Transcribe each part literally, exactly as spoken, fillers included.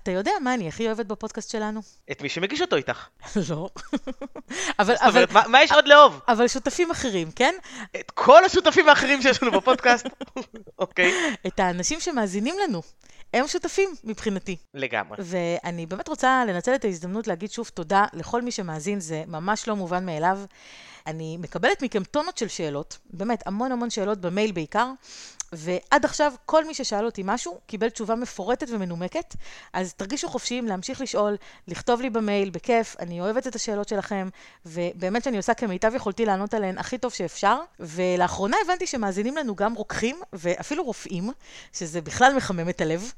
אתה יודע מה אני הכי אוהבת בפודקאסט שלנו? את מי שמגיש אותו איתך. לא. אבל, זאת אומרת, אבל, מה, מה יש עוד לאהוב? אבל שותפים אחרים, כן? את כל השותפים האחרים שיש לנו בפודקאסט. אוקיי. את האנשים שמאזינים לנו. הם שותפים מבחינתי. לגמרי. ואני באמת רוצה לנצל את ההזדמנות להגיד שוב תודה לכל מי שמאזין, זה ממש לא מובן מאליו. אני מקבלת מכם טונות של שאלות, באמת המון המון שאלות במייל בעיקר, ועד עכשיו כל מי ששאל אותי משהו קיבל תשובה מפורטת ומנומקת, אז תרגישו חופשיים להמשיך לשאול, לכתוב לי במייל, בכיף, אני אוהבת את השאלות שלכם, ובאמת שאני עושה כמיטב יכולתי לענות עליהן הכי טוב שאפשר, ולאחרונה הבנתי שמאזינים לנו גם רוקחים, ואפילו רופאים, שזה בכלל מחמם את הלב.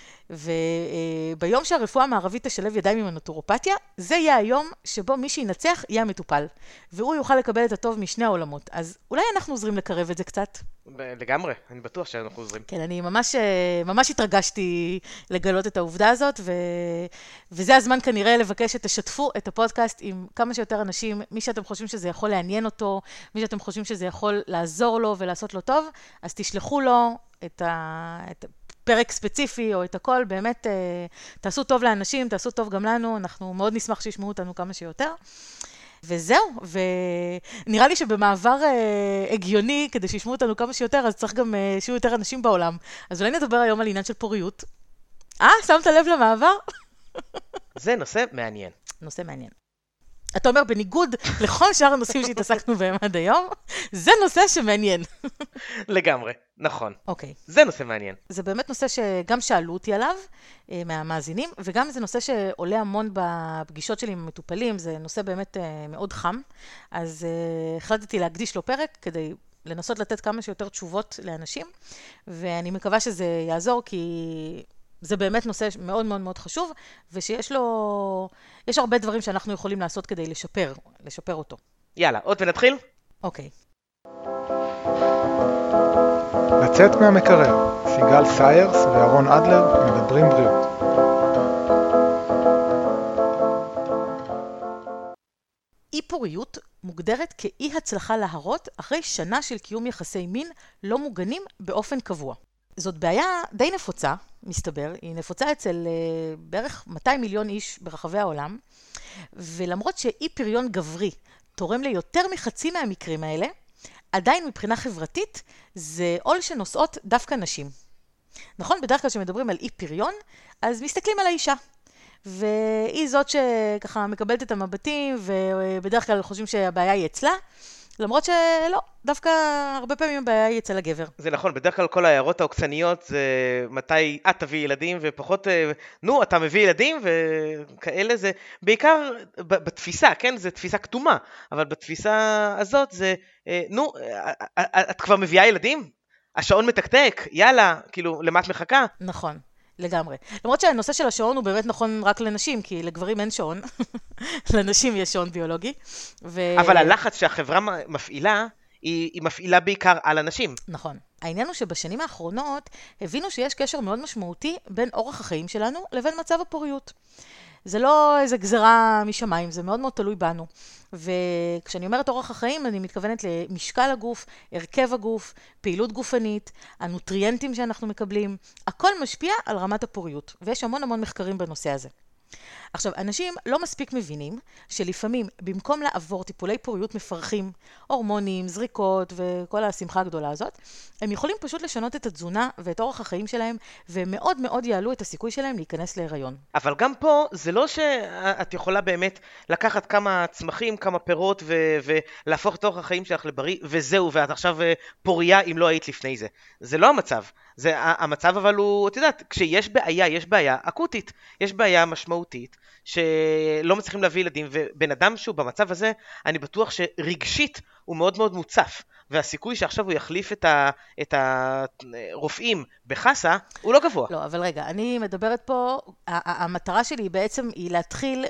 וביום שהרפואה המערבית תשלב ידיים עם הנטורופתיה, זה יהיה היום שבו מי שינצח יהיה המטופל, והוא יוכל לקבל את הטוב משני העולמות. אז אולי אנחנו עוזרים לקרב את זה קצת? לגמרי, אני בטוח שאנחנו עוזרים. כן, אני ממש, ממש התרגשתי לגלות את העובדה הזאת, ו... וזה הזמן כנראה לבקש שתשתפו את הפודקאסט עם כמה שיותר אנשים, מי שאתם חושבים שזה יכול לעניין אותו, מי שאתם חושבים שזה יכול לעזור לו ולעשות לו טוב, אז תשלחו לו את ה... את... פרק ספציפי או את הכל, באמת תעשו טוב לאנשים, תעשו טוב גם לנו, אנחנו מאוד נשמח שישמעו אותנו כמה שיותר. וזהו, ונראה לי שבמעבר הגיוני, כדי שישמעו אותנו כמה שיותר, אז צריך גם שיהיו יותר אנשים בעולם. אז אולי נדבר היום על עניין של פוריות. אה, שמת לב למעבר? זה נושא מעניין. נושא מעניין. אתה אומר, בניגוד לכל שאר הנושאים שהתעסקנו בהם עד היום, זה נושא שמעניין. לגמרי, נכון. אוקיי. זה נושא מעניין. זה באמת נושא שגם שאלו אותי עליו, מהמאזינים, וגם זה נושא שעולה המון בפגישות שלי עם המטופלים, זה נושא באמת מאוד חם, אז החלטתי להקדיש לו פרק כדי לנסות לתת כמה שיותר תשובות לאנשים, ואני מקווה שזה יעזור, כי זה באמת נושא מאוד מאוד מאוד חשוב, ושיש לו, יש הרבה דברים שאנחנו יכולים לעשות כדי לשפר, לשפר אותו. יאללה, עוד ונתחיל? אוקיי. לצאת מהמקרר, סיגל סיירס ואהרון אדלר מדברים בריאות. אי פוריות מוגדרת כאי הצלחה להרות אחרי שנה של קיום יחסי מין לא מוגנים באופן קבוע. זאת בעיה די נפוצה, מסתבר, היא נפוצה אצל uh, בערך מאתיים מיליון איש ברחבי העולם, ולמרות שאי פריון גברי תורם ליותר מחצי מהמקרים האלה, עדיין מבחינה חברתית זה עול שנושאות דווקא נשים. נכון, בדרך כלל שמדברים על אי פריון, אז מסתכלים על האישה. והיא זאת שככה מקבלת את המבטים, ובדרך כלל חושבים שהבעיה היא אצלה, למרות שלא, דווקא הרבה פעמים הבעיה היא אצל הגבר. זה נכון, בדרך כלל כל ההערות העוקצניות זה מתי את תביא ילדים, ופחות, נו, אתה מביא ילדים, וכאלה זה, בעיקר בתפיסה, כן, זה תפיסה כתומה, אבל בתפיסה הזאת זה, נו, את כבר מביאה ילדים? השעון מתקתק, יאללה, כאילו, למה את מחכה? נכון. לגמרי. למרות שהנושא של השעון הוא באמת נכון רק לנשים, כי לגברים אין שעון. לנשים יש שעון ביולוגי. ו... אבל הלחץ שהחברה מפעילה, היא, היא מפעילה בעיקר על אנשים. נכון. העניין הוא שבשנים האחרונות הבינו שיש קשר מאוד משמעותי בין אורח החיים שלנו לבין מצב הפוריות. זה לא איזה גזרה משמיים, זה מאוד מאוד תלוי בנו. וכשאני אומרת אורח החיים, אני מתכוונת למשקל הגוף, הרכב הגוף, פעילות גופנית, הנוטריאנטים שאנחנו מקבלים. הכל משפיע על רמת הפוריות, ויש המון המון מחקרים בנושא הזה. עכשיו, אנשים לא מספיק מבינים שלפעמים במקום לעבור טיפולי פוריות מפרכים, הורמונים, זריקות וכל השמחה הגדולה הזאת, הם יכולים פשוט לשנות את התזונה ואת אורח החיים שלהם, ומאוד מאוד יעלו את הסיכוי שלהם להיכנס להיריון. אבל גם פה זה לא שאת יכולה באמת לקחת כמה צמחים, כמה פירות ו- ולהפוך את אורח החיים שלך לבריא, וזהו, ואת עכשיו פוריה אם לא היית לפני זה. זה לא המצב. זה, המצב אבל הוא, את יודעת, כשיש בעיה, יש בעיה אקוטית, יש בעיה משמעותית, שלא מצליחים להביא ילדים, ובן אדם שהוא במצב הזה, אני בטוח שרגשית הוא מאוד מאוד מוצף, והסיכוי שעכשיו הוא יחליף את, ה, את הרופאים בחסה, הוא לא גבוה. לא, אבל רגע, אני מדברת פה, המטרה שלי בעצם היא להתחיל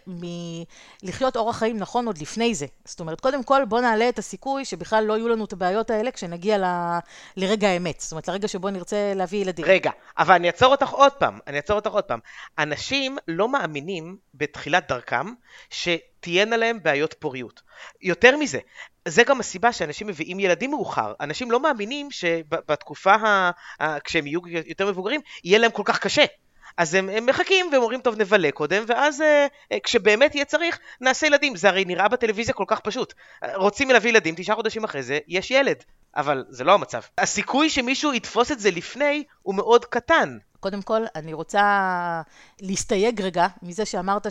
מלחיות אורח חיים נכון עוד לפני זה. זאת אומרת, קודם כל בוא נעלה את הסיכוי שבכלל לא יהיו לנו את הבעיות האלה כשנגיע ל, לרגע האמת. זאת אומרת, לרגע שבו נרצה להביא ילדים. רגע, אבל אני אעצור אותך עוד פעם, אני אעצור אותך עוד פעם. אנשים לא מאמינים בתחילת דרכם שתהיינה להם בעיות פוריות. יותר מזה, זה גם הסיבה שאנשים מביאים ילדים מאוחר. אנשים לא מאמינים שבתקופה, ה... כשהם יהיו יותר מבוגרים, יהיה להם כל כך קשה. אז הם, הם מחכים והם אומרים, טוב, נבלה קודם, ואז אה, כשבאמת יהיה צריך, נעשה ילדים. זה הרי נראה בטלוויזיה כל כך פשוט. רוצים להביא ילדים, תשעה חודשים אחרי זה, יש ילד. אבל זה לא המצב. הסיכוי שמישהו יתפוס את זה לפני הוא מאוד קטן. קודם כל, אני רוצה להסתייג רגע מזה שאמרת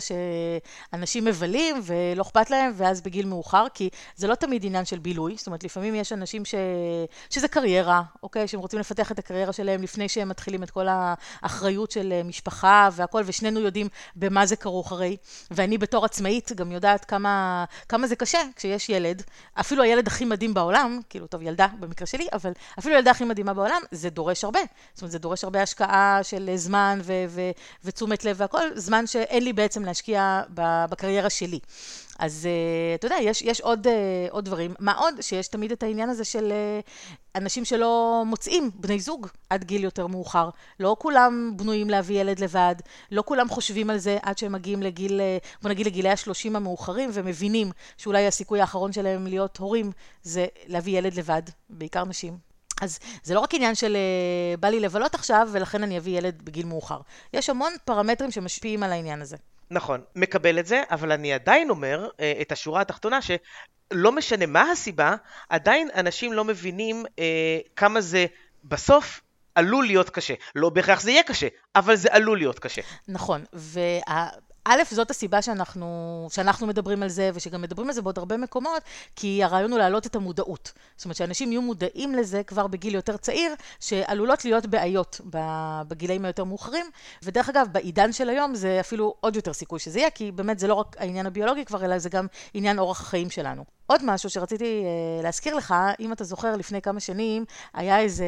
שאנשים מבלים ולא אכפת להם, ואז בגיל מאוחר, כי זה לא תמיד עניין של בילוי. זאת אומרת, לפעמים יש אנשים ש... שזה קריירה, אוקיי? שהם רוצים לפתח את הקריירה שלהם לפני שהם מתחילים את כל האחריות של משפחה והכל, ושנינו יודעים במה זה כרוך הרי. ואני בתור עצמאית גם יודעת כמה, כמה זה קשה כשיש ילד, אפילו הילד הכי מדהים בעולם, כאילו, טוב, ילדה במקרה שלי, אבל אפילו ילדה הכי מדהימה בעולם, זה דורש הרבה. זאת אומרת, זה דורש הרבה השקעה של זמן ו- ו- ותשומת לב והכל, זמן שאין לי בעצם להשקיע בקריירה שלי. אז אתה יודע, יש, יש עוד, עוד דברים. מה עוד? שיש תמיד את העניין הזה של אנשים שלא מוצאים בני זוג עד גיל יותר מאוחר. לא כולם בנויים להביא ילד לבד, לא כולם חושבים על זה עד שהם מגיעים לגיל, בוא נגיד לגילי השלושים המאוחרים, ומבינים שאולי הסיכוי האחרון שלהם להיות הורים זה להביא ילד לבד, בעיקר נשים. אז זה לא רק עניין של בא לי לבלות עכשיו, ולכן אני אביא ילד בגיל מאוחר. יש המון פרמטרים שמשפיעים על העניין הזה. נכון, מקבל את זה, אבל אני עדיין אומר את השורה התחתונה, שלא משנה מה הסיבה, עדיין אנשים לא מבינים אה, כמה זה בסוף עלול להיות קשה. לא בהכרח זה יהיה קשה, אבל זה עלול להיות קשה. נכון, וה... א', זאת הסיבה שאנחנו, שאנחנו מדברים על זה, ושגם מדברים על זה בעוד הרבה מקומות, כי הרעיון הוא להעלות את המודעות. זאת אומרת, שאנשים יהיו מודעים לזה כבר בגיל יותר צעיר, שעלולות להיות בעיות בגילאים היותר מאוחרים, ודרך אגב, בעידן של היום זה אפילו עוד יותר סיכוי שזה יהיה, כי באמת זה לא רק העניין הביולוגי כבר, אלא זה גם עניין אורח החיים שלנו. עוד משהו שרציתי אה, להזכיר לך, אם אתה זוכר, לפני כמה שנים, היה איזה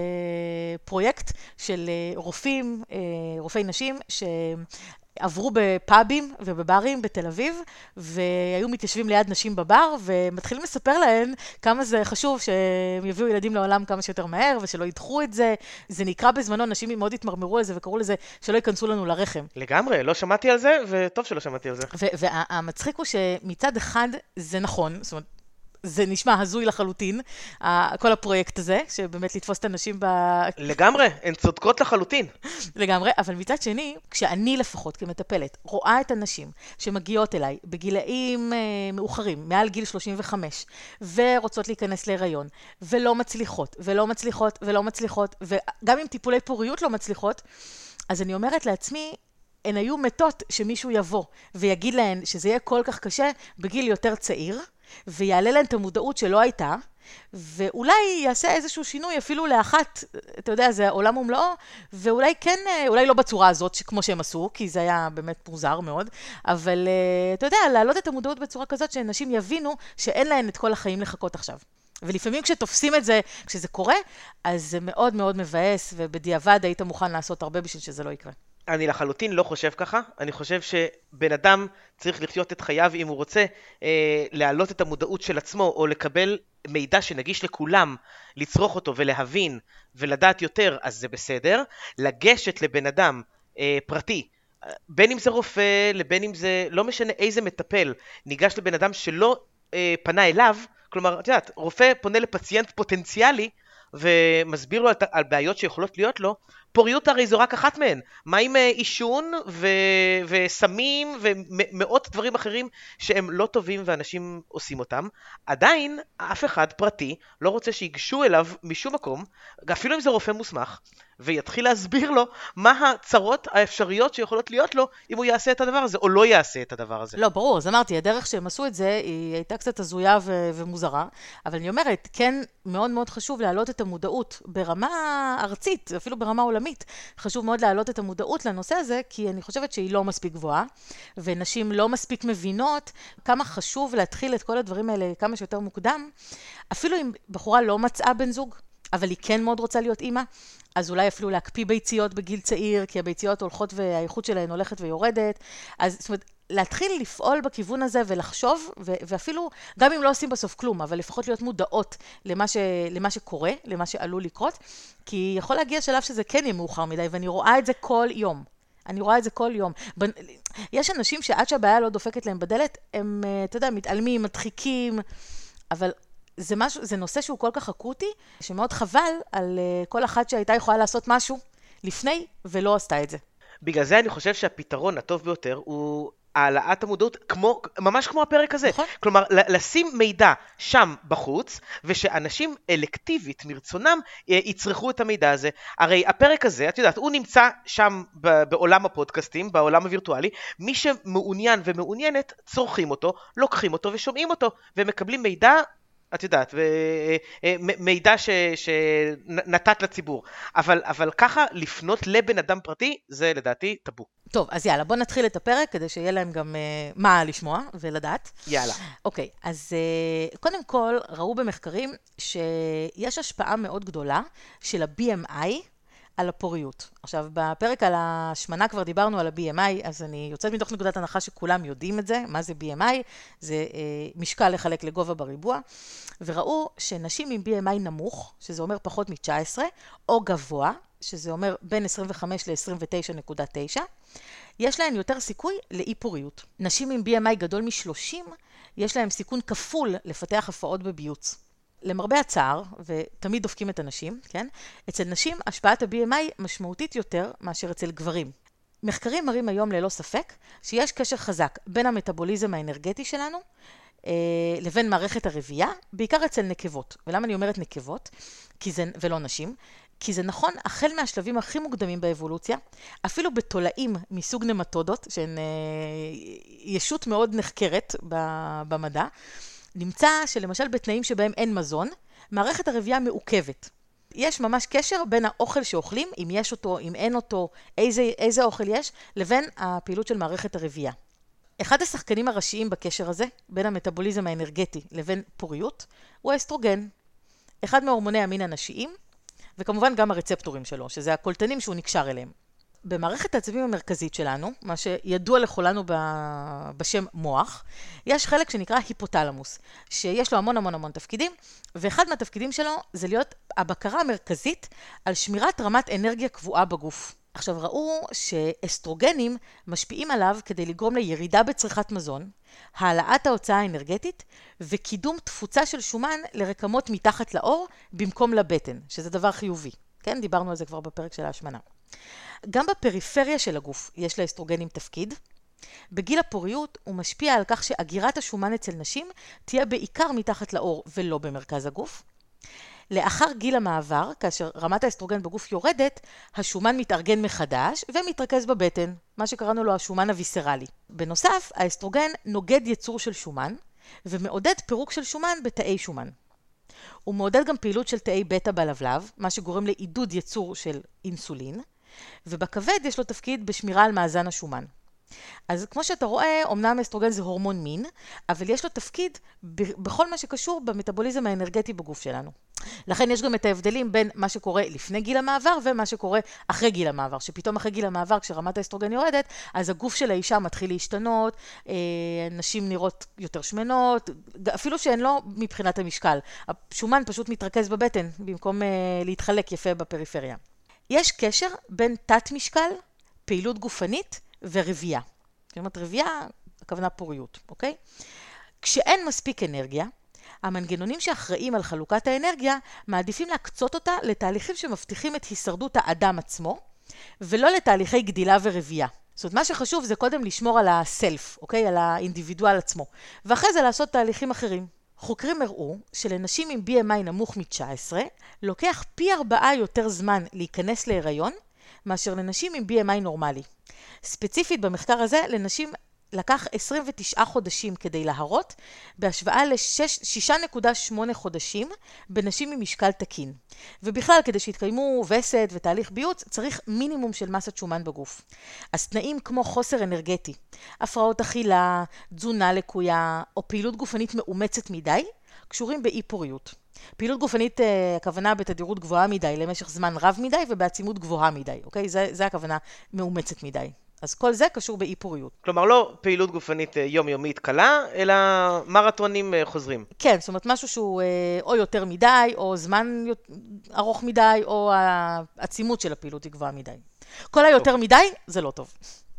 פרויקט של אה, רופאים, אה, רופאי נשים, ש... עברו בפאבים ובברים בתל אביב, והיו מתיישבים ליד נשים בבר, ומתחילים לספר להן כמה זה חשוב שהם יביאו ילדים לעולם כמה שיותר מהר, ושלא ידחו את זה. זה נקרא בזמנו, נשים מאוד התמרמרו על זה, וקראו לזה שלא ייכנסו לנו לרחם. לגמרי, לא שמעתי על זה, וטוב שלא שמעתי על זה. והמצחיק הוא שמצד אחד זה נכון, זאת אומרת, זה נשמע הזוי לחלוטין, כל הפרויקט הזה, שבאמת לתפוס את אנשים ב... לגמרי, הן צודקות לחלוטין. לגמרי, אבל מצד שני, כשאני לפחות כמטפלת, רואה את הנשים שמגיעות אליי בגילאים מאוחרים, מעל גיל שלושים וחמש, ורוצות להיכנס להיריון, ולא מצליחות, ולא מצליחות, ולא מצליחות, וגם עם טיפולי פוריות לא מצליחות, אז אני אומרת לעצמי, הן היו מתות שמישהו יבוא ויגיד להן שזה יהיה כל כך קשה בגיל יותר צעיר, ויעלה להן את המודעות שלא הייתה, ואולי יעשה איזשהו שינוי אפילו לאחת, אתה יודע, זה העולם ומלואו, ואולי כן, אולי לא בצורה הזאת כמו שהם עשו, כי זה היה באמת מוזר מאוד, אבל אתה יודע, להעלות את המודעות בצורה כזאת שאנשים יבינו שאין להן את כל החיים לחכות עכשיו. ולפעמים כשתופסים את זה, כשזה קורה, אז זה מאוד מאוד מבאס, ובדיעבד היית מוכן לעשות הרבה בשביל שזה לא יקרה. אני לחלוטין לא חושב ככה, אני חושב שבן אדם צריך לחיות את חייו אם הוא רוצה אה, להעלות את המודעות של עצמו, או לקבל מידע שנגיש לכולם, לצרוך אותו ולהבין ולדעת יותר, אז זה בסדר. לגשת לבן אדם אה, פרטי, בין אם זה רופא, לבין אם זה, לא משנה איזה מטפל, ניגש לבן אדם שלא אה, פנה אליו, כלומר, את יודעת, רופא פונה לפציינט פוטנציאלי, ומסביר לו על, על בעיות שיכולות להיות לו, פוריות הרי זו רק אחת מהן. מה עם עישון ו... וסמים ומאות דברים אחרים שהם לא טובים ואנשים עושים אותם. עדיין אף אחד פרטי לא רוצה שיגשו אליו משום מקום, אפילו אם זה רופא מוסמך, ויתחיל להסביר לו מה הצרות האפשריות שיכולות להיות לו אם הוא יעשה את הדבר הזה או לא יעשה את הדבר הזה. לא, ברור, אז אמרתי, הדרך שהם עשו את זה היא הייתה קצת הזויה ו- ומוזרה, אבל אני אומרת, כן מאוד מאוד חשוב להעלות את המודעות ברמה ארצית, אפילו ברמה עולמית. חשוב מאוד להעלות את המודעות לנושא הזה, כי אני חושבת שהיא לא מספיק גבוהה, ונשים לא מספיק מבינות כמה חשוב להתחיל את כל הדברים האלה כמה שיותר מוקדם, אפילו אם בחורה לא מצאה בן זוג, אבל היא כן מאוד רוצה להיות אימא, אז אולי אפילו להקפיא ביציות בגיל צעיר, כי הביציות הולכות והאיכות שלהן הולכת ויורדת. אז זאת אומרת, להתחיל לפעול בכיוון הזה ולחשוב, ו- ואפילו, גם אם לא עושים בסוף כלום, אבל לפחות להיות מודעות למה, ש- למה שקורה, למה שעלול לקרות, כי יכול להגיע שלב שזה כן יהיה מאוחר מדי, ואני רואה את זה כל יום. אני רואה את זה כל יום. יש אנשים שעד שהבעיה לא דופקת להם בדלת, הם, אתה יודע, מתעלמים, מדחיקים, אבל זה משהו, זה נושא שהוא כל כך אקוטי, שמאוד חבל על כל אחת שהייתה יכולה לעשות משהו לפני ולא עשתה את זה. בגלל זה אני חושב שהפתרון הטוב ביותר הוא העלאת המודעות, כמו, ממש כמו הפרק הזה. נכון. כלומר, לשים מידע שם בחוץ, ושאנשים אלקטיבית מרצונם יצרכו את המידע הזה. הרי הפרק הזה, את יודעת, הוא נמצא שם בעולם הפודקאסטים, בעולם הווירטואלי, מי שמעוניין ומעוניינת צורכים אותו, לוקחים אותו ושומעים אותו, ומקבלים מידע, את יודעת, מידע שנתת לציבור. אבל, אבל ככה לפנות לבן אדם פרטי, זה לדעתי טאבו. טוב, אז יאללה, בוא נתחיל את הפרק, כדי שיהיה להם גם uh, מה לשמוע ולדעת. יאללה. אוקיי, אז uh, קודם כל, ראו במחקרים שיש השפעה מאוד גדולה של ה-בי אם איי על הפוריות. עכשיו, בפרק על השמנה כבר דיברנו על ה-בי אם איי, אז אני יוצאת מתוך נקודת הנחה שכולם יודעים את זה. מה זה בי אם איי? זה uh, משקל לחלק לגובה בריבוע. וראו שנשים עם בי אם איי נמוך, שזה אומר פחות מ-תשע עשרה, או גבוה, שזה אומר בין עשרים וחמש ל-עשרים ותשע נקודה תשע, יש להן יותר סיכוי לאי פוריות. נשים עם בי אם איי גדול מ-שלושים, יש להן סיכון כפול לפתח הפרעות בביוץ. למרבה הצער, ותמיד דופקים את הנשים, כן? אצל נשים השפעת ה-בי אם איי משמעותית יותר מאשר אצל גברים. מחקרים מראים היום ללא ספק שיש קשר חזק בין המטאבוליזם האנרגטי שלנו אה, לבין מערכת הרבייה, בעיקר אצל נקבות. ולמה אני אומרת נקבות? כי זה, ולא נשים? כי זה נכון, החל מהשלבים הכי מוקדמים באבולוציה, אפילו בתולעים מסוג נמטודות, שהן אה, ישות מאוד נחקרת במדע, נמצא שלמשל בתנאים שבהם אין מזון, מערכת הרבייה מעוכבת. יש ממש קשר בין האוכל שאוכלים, אם יש אותו, אם אין אותו, איזה, איזה אוכל יש, לבין הפעילות של מערכת הרבייה. אחד השחקנים הראשיים בקשר הזה, בין המטאבוליזם האנרגטי לבין פוריות, הוא האסטרוגן. אחד מההורמוני המין הנשיים, וכמובן גם הרצפטורים שלו, שזה הקולטנים שהוא נקשר אליהם. במערכת העצבים המרכזית שלנו, מה שידוע לכולנו בשם מוח, יש חלק שנקרא היפותלמוס, שיש לו המון המון המון תפקידים, ואחד מהתפקידים שלו זה להיות הבקרה המרכזית על שמירת רמת אנרגיה קבועה בגוף. עכשיו ראו שאסטרוגנים משפיעים עליו כדי לגרום לירידה בצריכת מזון, העלאת ההוצאה האנרגטית וקידום תפוצה של שומן לרקמות מתחת לאור במקום לבטן, שזה דבר חיובי. כן, דיברנו על זה כבר בפרק של ההשמנה. גם בפריפריה של הגוף יש לאסטרוגנים תפקיד. בגיל הפוריות הוא משפיע על כך שאגירת השומן אצל נשים תהיה בעיקר מתחת לאור ולא במרכז הגוף. לאחר גיל המעבר, כאשר רמת האסטרוגן בגוף יורדת, השומן מתארגן מחדש ומתרכז בבטן, מה שקראנו לו השומן הוויסרלי. בנוסף, האסטרוגן נוגד ייצור של שומן, ומעודד פירוק של שומן בתאי שומן. הוא מעודד גם פעילות של תאי בטא בלבלב, מה שגורם לעידוד ייצור של אינסולין, ובכבד יש לו תפקיד בשמירה על מאזן השומן. אז כמו שאתה רואה, אמנם אסטרוגן זה הורמון מין, אבל יש לו תפקיד בכל מה שקשור במטאבוליזם האנרגטי בגוף שלנו. לכן יש גם את ההבדלים בין מה שקורה לפני גיל המעבר ומה שקורה אחרי גיל המעבר, שפתאום אחרי גיל המעבר כשרמת האסטרוגן יורדת, אז הגוף של האישה מתחיל להשתנות, נשים נראות יותר שמנות, אפילו שהן לא מבחינת המשקל. השומן פשוט מתרכז בבטן במקום להתחלק יפה בפריפריה. יש קשר בין תת משקל, פעילות גופנית ורבייה. זאת אומרת, רבייה, הכוונה פוריות, אוקיי? כשאין מספיק אנרגיה, המנגנונים שאחראים על חלוקת האנרגיה מעדיפים להקצות אותה לתהליכים שמבטיחים את הישרדות האדם עצמו, ולא לתהליכי גדילה ורבייה. זאת אומרת, מה שחשוב זה קודם לשמור על הסלף, אוקיי? על האינדיבידואל עצמו, ואחרי זה לעשות תהליכים אחרים. חוקרים הראו שלנשים עם בי אם איי נמוך מ-תשע עשרה, לוקח פי ארבעה יותר זמן להיכנס להיריון, מאשר לנשים עם בי אם איי נורמלי. ספציפית במחקר הזה, לנשים לקח עשרים ותשעה חודשים כדי להרות, בהשוואה ל-שש נקודה שמונה חודשים בנשים עם משקל תקין. ובכלל, כדי שיתקיימו וסת ותהליך ביוץ, צריך מינימום של מסת שומן בגוף. אז תנאים כמו חוסר אנרגטי, הפרעות אכילה, תזונה לקויה, או פעילות גופנית מאומצת מדי, קשורים באי פוריות. פעילות גופנית, הכוונה בתדירות גבוהה מדי, למשך זמן רב מדי, ובעצימות גבוהה מדי, אוקיי? זה, זה הכוונה מאומצת מדי. אז כל זה קשור באי פוריות. כלומר, לא פעילות גופנית יומיומית קלה, אלא מרתונים חוזרים. כן, זאת אומרת, משהו שהוא או יותר מדי, או זמן ארוך מדי, או העצימות של הפעילות היא גבוהה מדי. כל היותר מדי, זה לא טוב.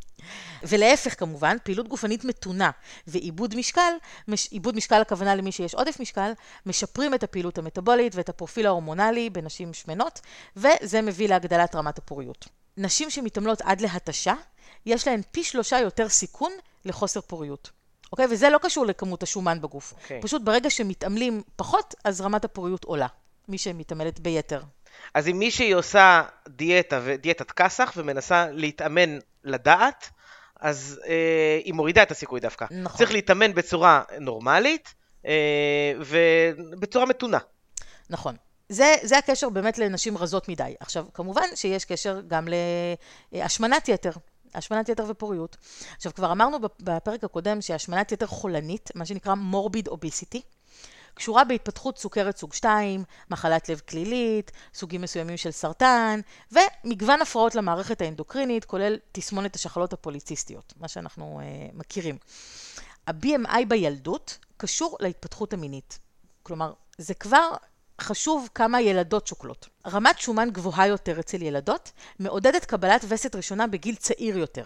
ולהפך כמובן, פעילות גופנית מתונה ועיבוד משקל, עיבוד משקל הכוונה למי שיש עודף משקל, משפרים את הפעילות המטאבולית ואת הפרופיל ההורמונלי בנשים שמנות, וזה מביא להגדלת רמת הפוריות. נשים שמתעמלות עד להתשה, יש להן פי שלושה יותר סיכון לחוסר פוריות. אוקיי? וזה לא קשור לכמות השומן בגוף. אוקיי. פשוט ברגע שמתעמלים פחות, אז רמת הפוריות עולה. מי שמתעמלת ביתר. אז אם מישהי עושה דיאטה ודיאטת קסח ומנסה להתאמן לדעת, אז אה, היא מורידה את הסיכוי דווקא. נכון. צריך להתאמן בצורה נורמלית אה, ובצורה מתונה. נכון. זה, זה הקשר באמת לנשים רזות מדי. עכשיו, כמובן שיש קשר גם להשמנת יתר. השמנת יתר ופוריות. עכשיו, כבר אמרנו בפרק הקודם שהשמנת יתר חולנית, מה שנקרא morbid obesity, קשורה בהתפתחות סוכרת סוג שתיים, מחלת לב כלילית, סוגים מסוימים של סרטן, ומגוון הפרעות למערכת האנדוקרינית, כולל תסמונת השחלות הפוליציסטיות, מה שאנחנו uh, מכירים. ה-בי אם איי בילדות קשור להתפתחות המינית. כלומר, זה כבר חשוב כמה ילדות שוקלות. רמת שומן גבוהה יותר אצל ילדות, מעודדת קבלת וסת ראשונה בגיל צעיר יותר.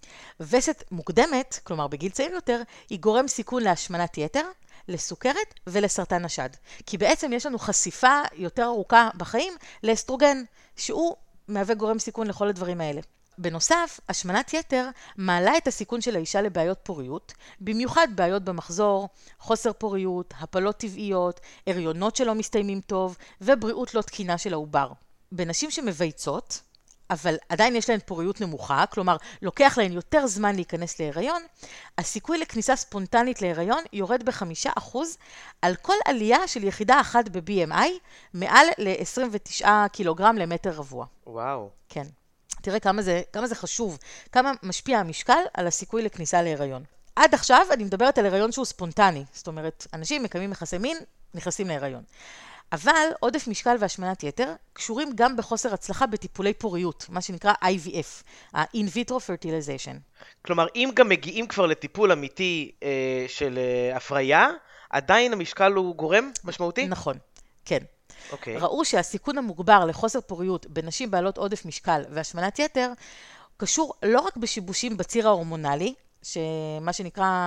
וסת מוקדמת, כלומר בגיל צעיר יותר, היא גורם סיכון להשמנת יתר, לסוכרת ולסרטן השד. כי בעצם יש לנו חשיפה יותר ארוכה בחיים לאסטרוגן, שהוא מהווה גורם סיכון לכל הדברים האלה. בנוסף, השמנת יתר מעלה את הסיכון של האישה לבעיות פוריות, במיוחד בעיות במחזור, חוסר פוריות, הפלות טבעיות, הריונות שלא מסתיימים טוב, ובריאות לא תקינה של העובר. בנשים שמבייצות, אבל עדיין יש להן פוריות נמוכה, כלומר, לוקח להן יותר זמן להיכנס להיריון, הסיכוי לכניסה ספונטנית להיריון יורד בחמישה אחוז על כל עלייה של יחידה אחת ב-בי אם איי, מעל ל-עשרים ותשעה קילוגרם למטר רבוע. וואו. כן. תראה כמה זה, כמה זה חשוב, כמה משפיע המשקל על הסיכוי לכניסה להיריון. עד עכשיו אני מדברת על הריון שהוא ספונטני, זאת אומרת, אנשים מקיימים יחסי מין, נכנסים להיריון. אבל עודף משקל והשמנת יתר קשורים גם בחוסר הצלחה בטיפולי פוריות, מה שנקרא איי וי אף, ה-in vitro fertilization. כלומר, אם גם מגיעים כבר לטיפול אמיתי אה, של אה, הפריה, עדיין המשקל הוא גורם משמעותי? נכון, כן. אוקיי. ראו שהסיכון המוגבר לחוסר פוריות בנשים בעלות עודף משקל והשמנת יתר, קשור לא רק בשיבושים בציר ההורמונלי, שמה שנקרא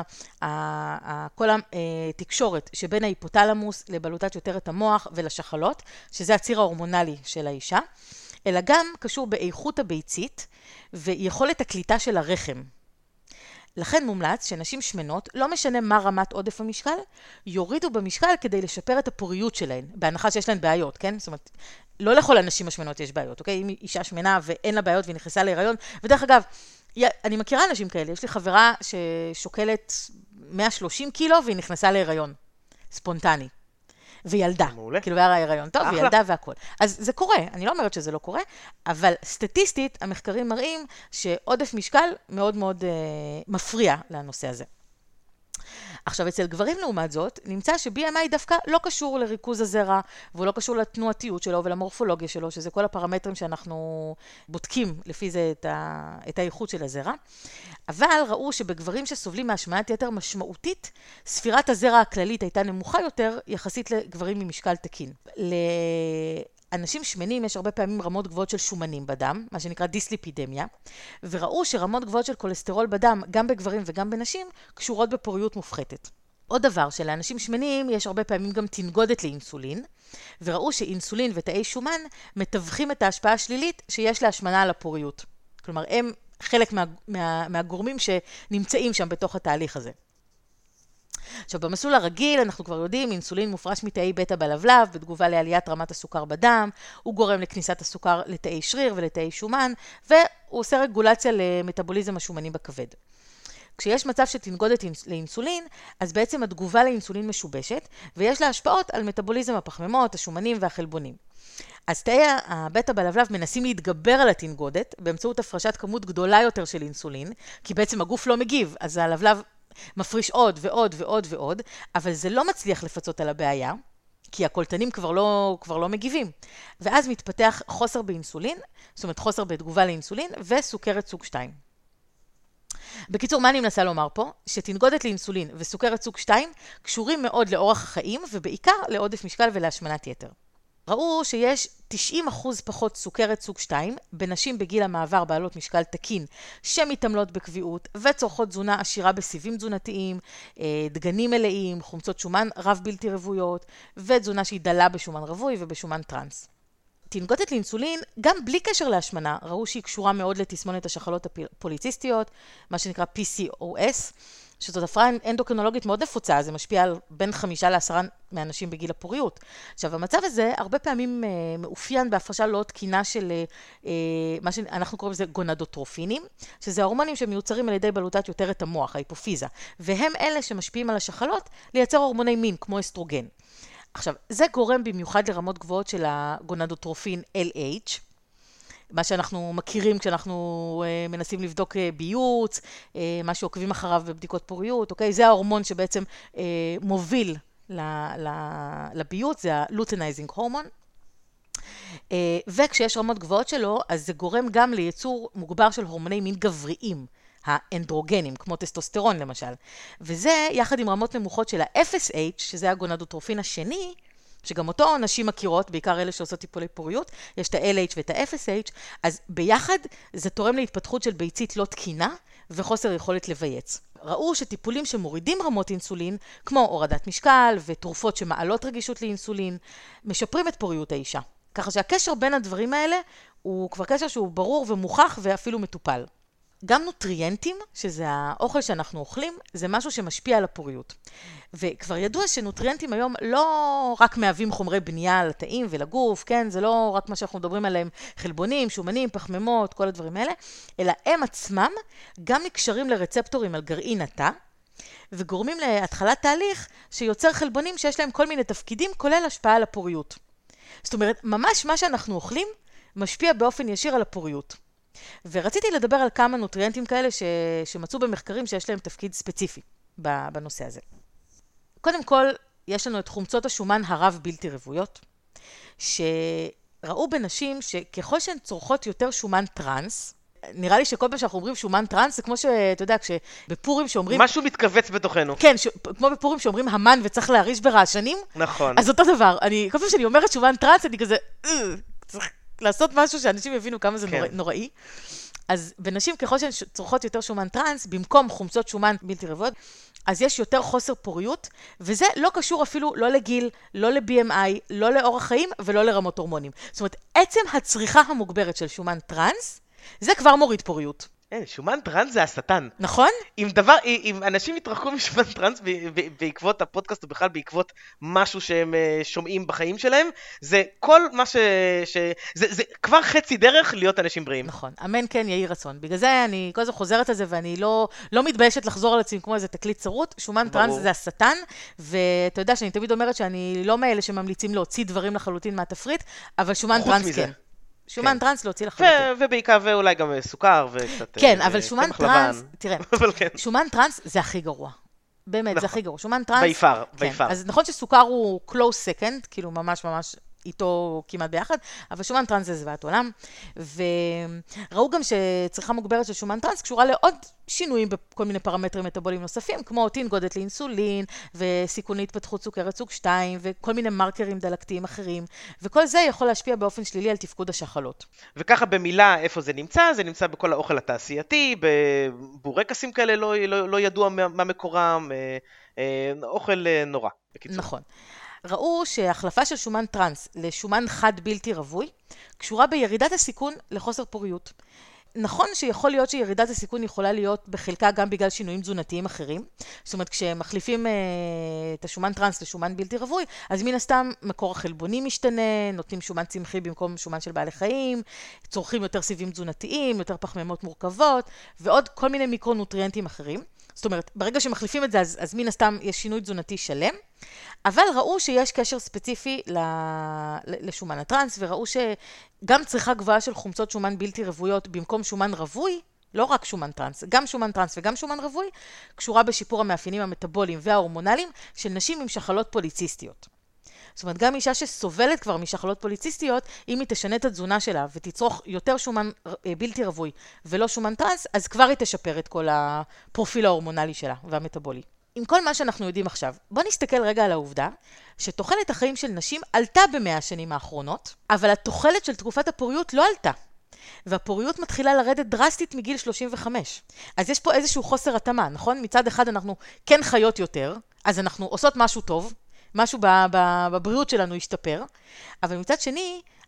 כל התקשורת שבין ההיפותלמוס לבלוטת יותרת המוח ולשחלות, שזה הציר ההורמונלי של האישה, אלא גם קשור באיכות הביצית ויכולת הקליטה של הרחם. לכן מומלץ שנשים שמנות, לא משנה מה רמת עודף המשקל, יורידו במשקל כדי לשפר את הפוריות שלהן, בהנחה שיש להן בעיות, כן? זאת אומרת, לא לכל הנשים השמנות יש בעיות, אוקיי? אם אישה שמנה ואין לה בעיות והיא נכנסה להיריון, ודרך אגב, אני מכירה אנשים כאלה, יש לי חברה ששוקלת מאה ושלושים קילו והיא נכנסה להיריון, ספונטני, וילדה. מעולה. כאילו היה ההיריון טוב, אחלה. וילדה והכל. אז זה קורה, אני לא אומרת שזה לא קורה, אבל סטטיסטית המחקרים מראים שעודף משקל מאוד מאוד אה, מפריע לנושא הזה. עכשיו, אצל גברים לעומת זאת, נמצא ש-בי אם איי דווקא לא קשור לריכוז הזרע, והוא לא קשור לתנועתיות שלו ולמורפולוגיה שלו, שזה כל הפרמטרים שאנחנו בודקים לפי זה את, ה... את האיכות של הזרע. אבל ראו שבגברים שסובלים מהשמנת יתר משמעותית, ספירת הזרע הכללית הייתה נמוכה יותר יחסית לגברים ממשקל תקין. לאנשים שמנים יש הרבה פעמים רמות גבוהות של שומנים בדם, מה שנקרא דיסליפידמיה, וראו שרמות גבוהות של כולסטרול בדם, גם בגברים וגם בנשים, קשורות בפוריות מופחתת. עוד דבר, שלאנשים שמנים יש הרבה פעמים גם תנגודת לאינסולין, וראו שאינסולין ותאי שומן מתווכים את ההשפעה השלילית שיש להשמנה על הפוריות. כלומר, הם חלק מה, מה, מהגורמים שנמצאים שם בתוך התהליך הזה. עכשיו, במסלול הרגיל אנחנו כבר יודעים, אינסולין מופרש מתאי בטא בלבלב, בתגובה לעליית רמת הסוכר בדם, הוא גורם לכניסת הסוכר לתאי שריר ולתאי שומן, והוא עושה רגולציה למטאבוליזם השומני בכבד. כשיש מצב של תנגודת לאינסולין, אז בעצם התגובה לאינסולין משובשת, ויש לה השפעות על מטאבוליזם הפחמימות, השומנים והחלבונים. אז תאי הבטא בלבלב מנסים להתגבר על התנגודת, באמצעות הפרשת כמות גדולה יותר של אינסולין, כי בעצם הגוף לא מגיב, אז הלבלב מפריש עוד ועוד ועוד ועוד, אבל זה לא מצליח לפצות על הבעיה, כי הקולטנים כבר לא, כבר לא מגיבים. ואז מתפתח חוסר באינסולין, זאת אומרת חוסר בתגובה לאינסולין, וסוכרת סוג שתיים. בקיצור, מה אני מנסה לומר פה? שתנגודת לאינסולין וסוכרת סוג שתיים קשורים מאוד לאורח החיים, ובעיקר לעודף משקל ולהשמנת יתר. ראו שיש תשעים אחוז פחות סוכרת סוג שתיים בנשים בגיל המעבר בעלות משקל תקין שמתעמלות בקביעות וצורכות תזונה עשירה בסיבים תזונתיים, דגנים מלאים, חומצות שומן רב בלתי רבויות ותזונה שהיא דלה בשומן רווי ובשומן טרנס. תנגודת לאינסולין, גם בלי קשר להשמנה, ראו שהיא קשורה מאוד לתסמונת השחלות הפוליציסטיות, מה שנקרא פי סי או אס, שזאת הפרעה אנדוקרינולוגית מאוד נפוצה, זה משפיע על בין חמישה לעשרה מאנשים בגיל הפוריות. עכשיו, המצב הזה הרבה פעמים אה, מאופיין בהפרשה לא תקינה של אה, מה שאנחנו קוראים לזה גונדוטרופינים, שזה ההורמונים שמיוצרים על ידי בלוטת יותרת המוח, ההיפופיזה, והם אלה שמשפיעים על השחלות לייצר הורמוני מין, כמו אסטרוגן. עכשיו, זה גורם במיוחד לרמות גבוהות של הגונדוטרופין אל אייץ', מה שאנחנו מכירים כשאנחנו uh, מנסים לבדוק uh, ביוץ, uh, מה שעוקבים אחריו בבדיקות פוריות, אוקיי? זה ההורמון שבעצם uh, מוביל ל- ל- לביוץ, זה הלוטנייזינג הורמון. Uh, וכשיש רמות גבוהות שלו, אז זה גורם גם לייצור מוגבר של הורמוני מין גבריים, האנדרוגנים, כמו טסטוסטרון למשל. וזה יחד עם רמות נמוכות של ה-אף אס אייץ', שזה הגונדוטרופין השני, שגם אותו נשים מכירות, בעיקר אלה שעושות טיפולי פוריות, יש את ה-אל אייץ' ואת ה-אף אס אייץ', אז ביחד זה תורם להתפתחות של ביצית לא תקינה וחוסר יכולת לבייץ. ראו שטיפולים שמורידים רמות אינסולין, כמו הורדת משקל ותרופות שמעלות רגישות לאינסולין, משפרים את פוריות האישה. ככה שהקשר בין הדברים האלה הוא כבר קשר שהוא ברור ומוכח ואפילו מטופל. גם נוטריאנטים, שזה האוכל שאנחנו אוכלים, זה משהו שמשפיע על הפוריות. וכבר ידוע שנוטריאנטים היום לא רק מהווים חומרי בנייה לתאים ולגוף, כן? זה לא רק מה שאנחנו מדברים עליהם, חלבונים, שומנים, פחמימות, כל הדברים האלה, אלא הם עצמם גם נקשרים לרצפטורים על גרעין התא, וגורמים להתחלת תהליך שיוצר חלבונים שיש להם כל מיני תפקידים, כולל השפעה על הפוריות. זאת אומרת, ממש מה שאנחנו אוכלים משפיע באופן ישיר על הפוריות. ורציתי לדבר על כמה נוטריאנטים כאלה ש... שמצאו במחקרים שיש להם תפקיד ספציפי בנושא הזה. קודם כל, יש לנו את חומצות השומן הרב בלתי רוויות, שראו בנשים שככל שהן צורכות יותר שומן טרנס, נראה לי שכל פעם שאנחנו אומרים שומן טרנס, זה כמו שאתה יודע, כשבפורים שאומרים... משהו מתכווץ בתוכנו. כן, ש... כמו בפורים שאומרים המן וצריך להריש ברעשנים. נכון. אז אותו דבר, אני, כל פעם שאני אומרת שומן טרנס, אני כזה... צריך לעשות משהו שאנשים יבינו כמה זה כן. נורא, נוראי. אז בנשים, ככל שהן צורכות יותר שומן טרנס, במקום חומצות שומן בלתי רוויות, אז יש יותר חוסר פוריות, וזה לא קשור אפילו לא לגיל, לא ל-בי אם איי, לא לאורח חיים ולא לרמות הורמונים. זאת אומרת, עצם הצריכה המוגברת של שומן טרנס, זה כבר מוריד פוריות. אין, שומן טרנס זה השטן. נכון? אם דבר, אם אנשים יתרחקו משומן טרנס בעקבות הפודקאסט או בכלל בעקבות משהו שהם שומעים בחיים שלהם, זה כל מה ש... ש... זה, זה כבר חצי דרך להיות אנשים בריאים. נכון, אמן כן יהי רצון. בגלל זה אני כל הזמן חוזרת על זה ואני לא, לא מתביישת לחזור על עצמי כמו איזה תקליט צרות. שומן ברור. טרנס זה השטן, ואתה יודע שאני תמיד אומרת שאני לא מאלה שממליצים להוציא דברים לחלוטין מהתפריט, אבל שומן טרנס מזה. כן. שומן כן. טרנס להוציא לחלוטין. ובעיקר ואולי גם סוכר וקצת... כן, אבל שומן טרנס, תראה, שומן טרנס זה הכי גרוע. באמת, זה הכי גרוע. שומן טרנס... ביפר, ביפר. אז נכון שסוכר הוא close second, כאילו ממש ממש איתו כמעט ביחד, אבל שומן טרנס זה זוועת עולם. וראו גם שצריכה מוגברת של שומן טרנס קשורה לעוד שינויים בכל מיני פרמטרים מטאבוליים נוספים, כמו תנגודת לאינסולין, וסיכון להתפתחות סוכרת סוג שתיים, וכל מיני מרקרים דלקתיים אחרים, וכל זה יכול להשפיע באופן שלילי על תפקוד השחלות. וככה במילה איפה זה נמצא, זה נמצא בכל האוכל התעשייתי, בבורקסים כאלה לא, לא, לא ידוע מה מקורם, אוכל נורא, בקיצור. נכון. ראו שהחלפה של שומן טרנס לשומן חד בלתי רווי, קשורה בירידת הסיכון לחוסר פוריות. נכון שיכול להיות שירידת הסיכון יכולה להיות בחלקה גם בגלל שינויים תזונתיים אחרים. זאת אומרת, כשמחליפים אה, את השומן טרנס לשומן בלתי רווי, אז מן הסתם מקור החלבונים משתנה, נותנים שומן צמחי במקום שומן של בעלי חיים, צורכים יותר סיבים תזונתיים, יותר פחמימות מורכבות, ועוד כל מיני מיקרונוטריאנטים אחרים. זאת אומרת, ברגע שמחליפים את זה, אז, אז מן הסתם יש שינוי תזונתי שלם, אבל ראו שיש קשר ספציפי לשומן הטרנס, וראו שגם צריכה גבוהה של חומצות שומן בלתי רוויות במקום שומן רווי, לא רק שומן טרנס, גם שומן טרנס וגם שומן רווי, קשורה בשיפור המאפיינים המטאבוליים וההורמונליים של נשים עם שחלות פוליציסטיות. זאת אומרת, גם אישה שסובלת כבר משחלות פוליציסטיות, אם היא תשנה את התזונה שלה ותצרוך יותר שומן בלתי רווי ולא שומן טרנס, אז כבר היא תשפר את כל הפרופיל ההורמונלי שלה והמטאבולי. עם כל מה שאנחנו יודעים עכשיו, בוא נסתכל רגע על העובדה שתוחלת החיים של נשים עלתה במאה השנים האחרונות, אבל התוחלת של תקופת הפוריות לא עלתה. והפוריות מתחילה לרדת דרסטית מגיל שלושים וחמש. אז יש פה איזשהו חוסר התאמה, נכון? מצד אחד אנחנו כן חיות יותר, אז אנחנו עושות משהו טוב, משהו בבריאות שלנו ישתפר, אבל מצד שני,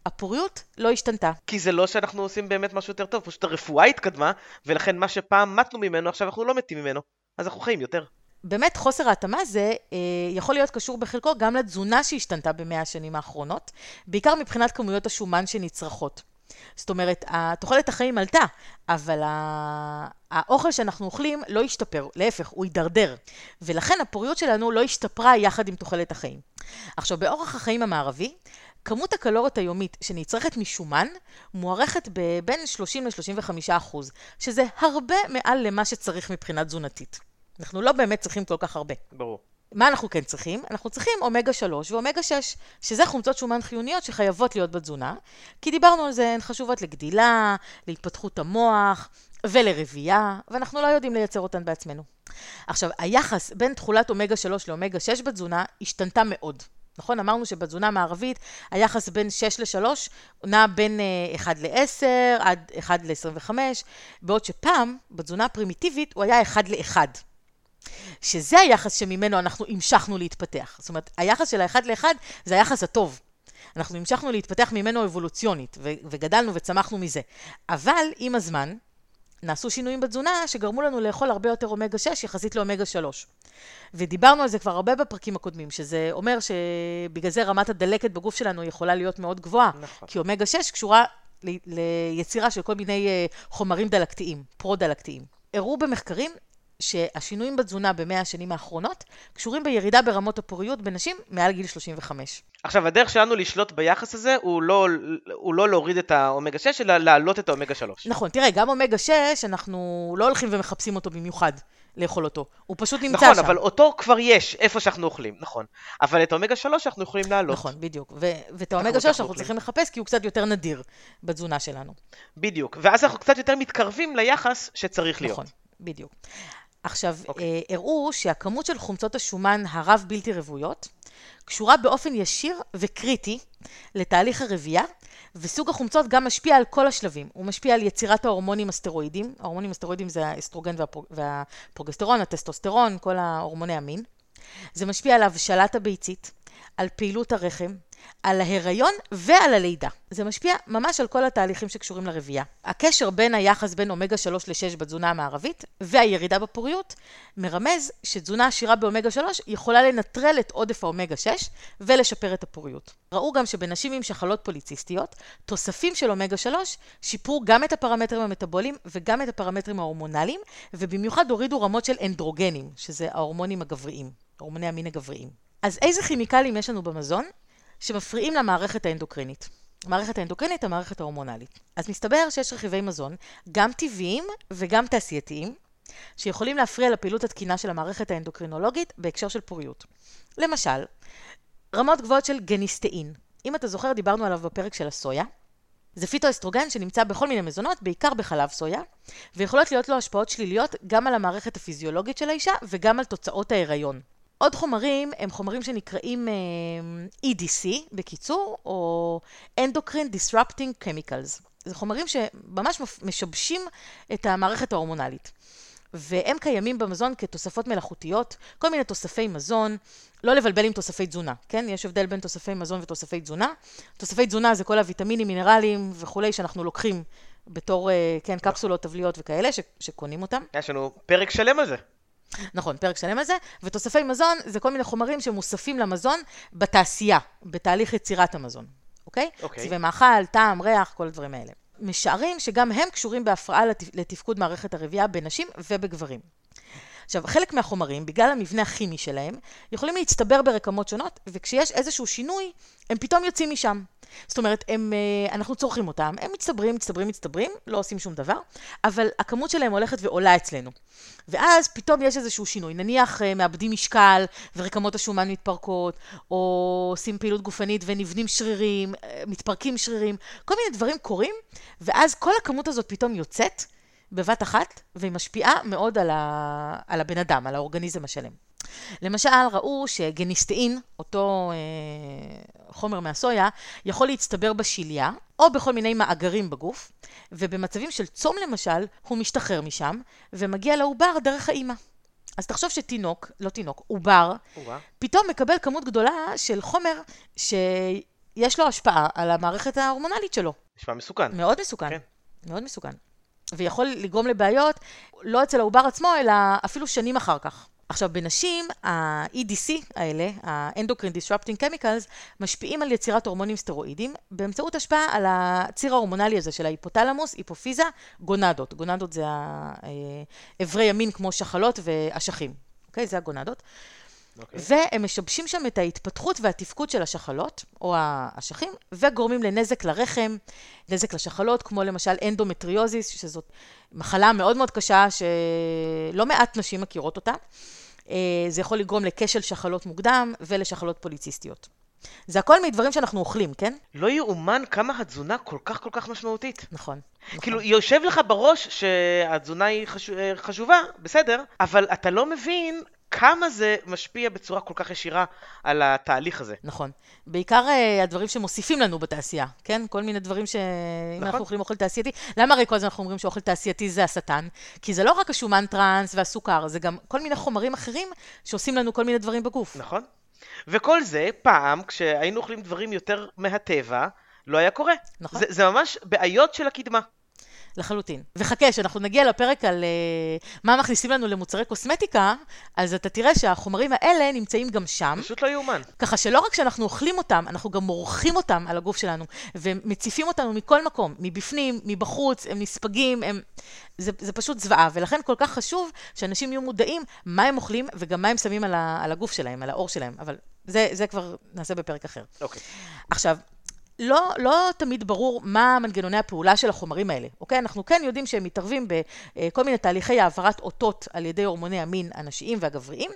הפוריות לא השתנתה. כי זה לא שאנחנו עושים באמת משהו יותר טוב, פשוט הרפואה התקדמה, ולכן מה שפעם מתנו ממנו, עכשיו אנחנו לא מתים ממנו, אז אנחנו חיים יותר. באמת חוסר ההתאמה הזה אה, יכול להיות קשור בחלקו גם לתזונה שהשתנתה במאה השנים האחרונות, בעיקר מבחינת כמויות השומן שנצרכות. זאת אומרת, תוחלת החיים עלתה, אבל האוכל שאנחנו אוכלים לא השתפר, להפך, הוא יידרדר. ולכן הפוריות שלנו לא השתפרה יחד עם תוחלת החיים. עכשיו, באורח החיים המערבי, כמות הקלוריות היומית שנצרכת משומן מוערכת בין שלושים ל-שלושים וחמישה אחוז, שזה הרבה מעל למה שצריך מבחינה תזונתית. אנחנו לא באמת צריכים כל כך הרבה. ברור. מה אנחנו כן צריכים? אנחנו צריכים אומגה שלוש ואומגה שש, שזה חומצות שומן חיוניות שחייבות להיות בתזונה, כי דיברנו על זה, הן חשובות לגדילה, להתפתחות המוח ולרבייה, ואנחנו לא יודעים לייצר אותן בעצמנו. עכשיו, היחס בין תכולת אומגה שלוש לאומגה שש בתזונה השתנתה מאוד. נכון? אמרנו שבתזונה המערבית היחס בין שש ל-שלוש נע בין אחד ל-עשר עד אחד ל-עשרים וחמש, בעוד שפעם בתזונה הפרימיטיבית הוא היה אחד לאחד. שזה היחס שממנו אנחנו המשכנו להתפתח. זאת אומרת, היחס של האחד לאחד זה היחס הטוב. אנחנו המשכנו להתפתח ממנו אבולוציונית, ו- וגדלנו וצמחנו מזה. אבל עם הזמן, נעשו שינויים בתזונה שגרמו לנו לאכול הרבה יותר אומגה שש יחסית לאומגה שלוש. ודיברנו על זה כבר הרבה בפרקים הקודמים, שזה אומר שבגלל זה רמת הדלקת בגוף שלנו יכולה להיות מאוד גבוהה. נכון. כי אומגה שש קשורה ל- ליצירה של כל מיני חומרים דלקתיים, פרו-דלקתיים. הראו במחקרים שהשינויים בתזונה במאה השנים האחרונות קשורים בירידה ברמות הפוריות בנשים מעל גיל שלושים וחמש. עכשיו, הדרך שלנו לשלוט ביחס הזה הוא לא, הוא לא להוריד את האומגה שש, אלא להעלות את האומגה שלוש. נכון, תראה, גם אומגה שש, אנחנו לא הולכים ומחפשים אותו במיוחד לאכול אותו. הוא פשוט נמצא נכון, שם. נכון, אבל אותו כבר יש, איפה שאנחנו אוכלים, נכון. אבל את האומגה שלוש אנחנו יכולים להעלות. נכון, בדיוק. ו- ואת האומגה שלוש אנחנו צריכים לחפש, כי הוא קצת יותר נדיר בתזונה שלנו. בדיוק, ואז אנחנו קצת יותר מתקרבים ליחס שצריך להיות. נכון, בדיוק. עכשיו, okay. אה, הראו שהכמות של חומצות השומן הרב בלתי רבויות קשורה באופן ישיר וקריטי לתהליך הרבייה, וסוג החומצות גם משפיע על כל השלבים. הוא משפיע על יצירת ההורמונים הסטרואידים. ההורמונים הסטרואידים זה האסטרוגן והפרוג... והפרוגסטרון, הטסטוסטרון, כל ההורמוני המין. זה משפיע על הבשלת הביצית, על פעילות הרחם, על ההיריון ועל הלידה. זה משפיע ממש על כל התהליכים שקשורים לרבייה. הקשר בין היחס בין אומגה שלוש ל-שש בתזונה המערבית והירידה בפוריות מרמז שתזונה עשירה באומגה שלוש יכולה לנטרל את עודף האומגה שש ולשפר את הפוריות. ראו גם שבנשים עם שחלות פוליציסטיות, תוספים של אומגה שלוש שיפרו גם את הפרמטרים המטאבוליים וגם את הפרמטרים ההורמונליים, ובמיוחד הורידו רמות של אנדרוגנים, שזה ההורמונים הגבריים, הורמוני המין הגבריים. אז איזה כימיקלים יש לנו במזון שמפריעים למערכת האנדוקרינית? המערכת האנדוקרינית, המערכת ההורמונלית. אז מסתבר שיש רכיבי מזון, גם טבעיים וגם תעשייתיים, שיכולים להפריע לפעילות התקינה של המערכת האנדוקרינולוגית בהקשר של פוריות. למשל, רמות גבוהות של גניסטאין. אם אתה זוכר, דיברנו עליו בפרק של הסויה. זה פיטואסטרוגן שנמצא בכל מיני מזונות, בעיקר בחלב סויה, ויכולות להיות לו השפעות שליליות גם על המערכת הפיזיולוגית של האישה וגם על תוצאות ההיריון. עוד חומרים הם חומרים שנקראים E D C בקיצור, או Endocrine Disrupting Chemicals. זה חומרים שממש משבשים את המערכת ההורמונלית. והם קיימים במזון כתוספות מלאכותיות, כל מיני תוספי מזון, לא לבלבל עם תוספי תזונה, כן? יש הבדל בין תוספי מזון ותוספי תזונה. תוספי תזונה זה כל הוויטמינים, מינרלים וכולי שאנחנו לוקחים בתור, כן, קפסולות, טבליות וכאלה ש- שקונים אותם. יש לנו פרק שלם על זה. נכון, פרק שלם על זה, ותוספי מזון זה כל מיני חומרים שמוספים למזון בתעשייה, בתהליך יצירת המזון, אוקיי? אוקיי. צבעי מאכל, טעם, ריח, כל הדברים האלה. משערים שגם הם קשורים בהפרעה לתפקוד מערכת הרבייה בנשים ובגברים. עכשיו, חלק מהחומרים, בגלל המבנה הכימי שלהם, יכולים להצטבר ברקמות שונות, וכשיש איזשהו שינוי, הם פתאום יוצאים משם. זאת אומרת, הם, אנחנו צורכים אותם, הם מצטברים, מצטברים, מצטברים, לא עושים שום דבר, אבל הכמות שלהם הולכת ועולה אצלנו. ואז פתאום יש איזשהו שינוי, נניח מאבדים משקל ורקמות השומן מתפרקות, או עושים פעילות גופנית ונבנים שרירים, מתפרקים שרירים, כל מיני דברים קורים, ואז כל הכמות הזאת פתאום יוצאת בבת אחת, והיא משפיעה מאוד על, ה... על הבן אדם, על האורגניזם השלם. למשל, ראו שגניסטאין, אותו אה, חומר מהסויה, יכול להצטבר בשיליה, או בכל מיני מאגרים בגוף, ובמצבים של צום למשל, הוא משתחרר משם, ומגיע לעובר דרך האמא. אז תחשוב שתינוק, לא תינוק, עובר, פתאום מקבל כמות גדולה של חומר ש... יש לו השפעה על המערכת ההורמונלית שלו. נשמע מסוכן. מאוד מסוכן. כן. מאוד מסוכן. ויכול לגרום לבעיות, לא אצל העובר עצמו, אלא אפילו שנים אחר כך. עכשיו, בנשים, ה-E D C האלה, ה-Endocrine Disrupting Chemicals, משפיעים על יצירת הורמונים סטרואידים, באמצעות השפעה על הציר ההורמונלי הזה של ההיפותלמוס, היפופיזה, גונדות. גונדות זה אברי ימין כמו שחלות ואשכים. אוקיי? זה הגונדות. Okay. והם משבשים שם את ההתפתחות והתפקוד של השחלות, או האשכים, וגורמים לנזק לרחם, נזק לשחלות, כמו למשל אנדומטריוזיס, שזאת מחלה מאוד מאוד קשה, שלא מעט נשים מכירות אותה. זה יכול לגרום לכשל שחלות מוקדם, ולשחלות פוליציסטיות. זה הכל מדברים שאנחנו אוכלים, כן? לא יאומן כמה התזונה כל כך כל כך משמעותית. נכון. כאילו, יושב לך בראש שהתזונה היא חשובה, בסדר, אבל אתה לא מבין כמה זה משפיע בצורה כל כך ישירה על התהליך הזה. נכון. בעיקר uh, הדברים שמוסיפים לנו בתעשייה, כן? כל מיני דברים שאם נכון. אנחנו אוכלים אוכל תעשייתי, למה הרי כל הזמן אנחנו אומרים שאוכל תעשייתי זה השטן? כי זה לא רק השומן טרנס והסוכר, זה גם כל מיני חומרים אחרים שעושים לנו כל מיני דברים בגוף. נכון. וכל זה, פעם, כשהיינו אוכלים דברים יותר מהטבע, לא היה קורה. נכון. זה, זה ממש בעיות של הקדמה. לחלוטין. וחכה, שאנחנו נגיע לפרק על uh, מה מכניסים לנו למוצרי קוסמטיקה, אז אתה תראה שהחומרים האלה נמצאים גם שם. פשוט לא יאומן. ככה שלא רק שאנחנו אוכלים אותם, אנחנו גם מורחים אותם על הגוף שלנו, ומציפים אותנו מכל מקום, מבפנים, מבחוץ, הם נספגים, הם... זה, זה פשוט זוועה, ולכן כל כך חשוב שאנשים יהיו מודעים מה הם אוכלים, וגם מה הם שמים על, ה, על הגוף שלהם, על האור שלהם, אבל זה, זה כבר נעשה בפרק אחר. אוקיי. עכשיו, לא, לא תמיד ברור מה מנגנוני הפעולה של החומרים האלה, אוקיי? אנחנו כן יודעים שהם מתערבים בכל מיני תהליכי העברת אותות על ידי הורמוני המין הנשיים והגבריים,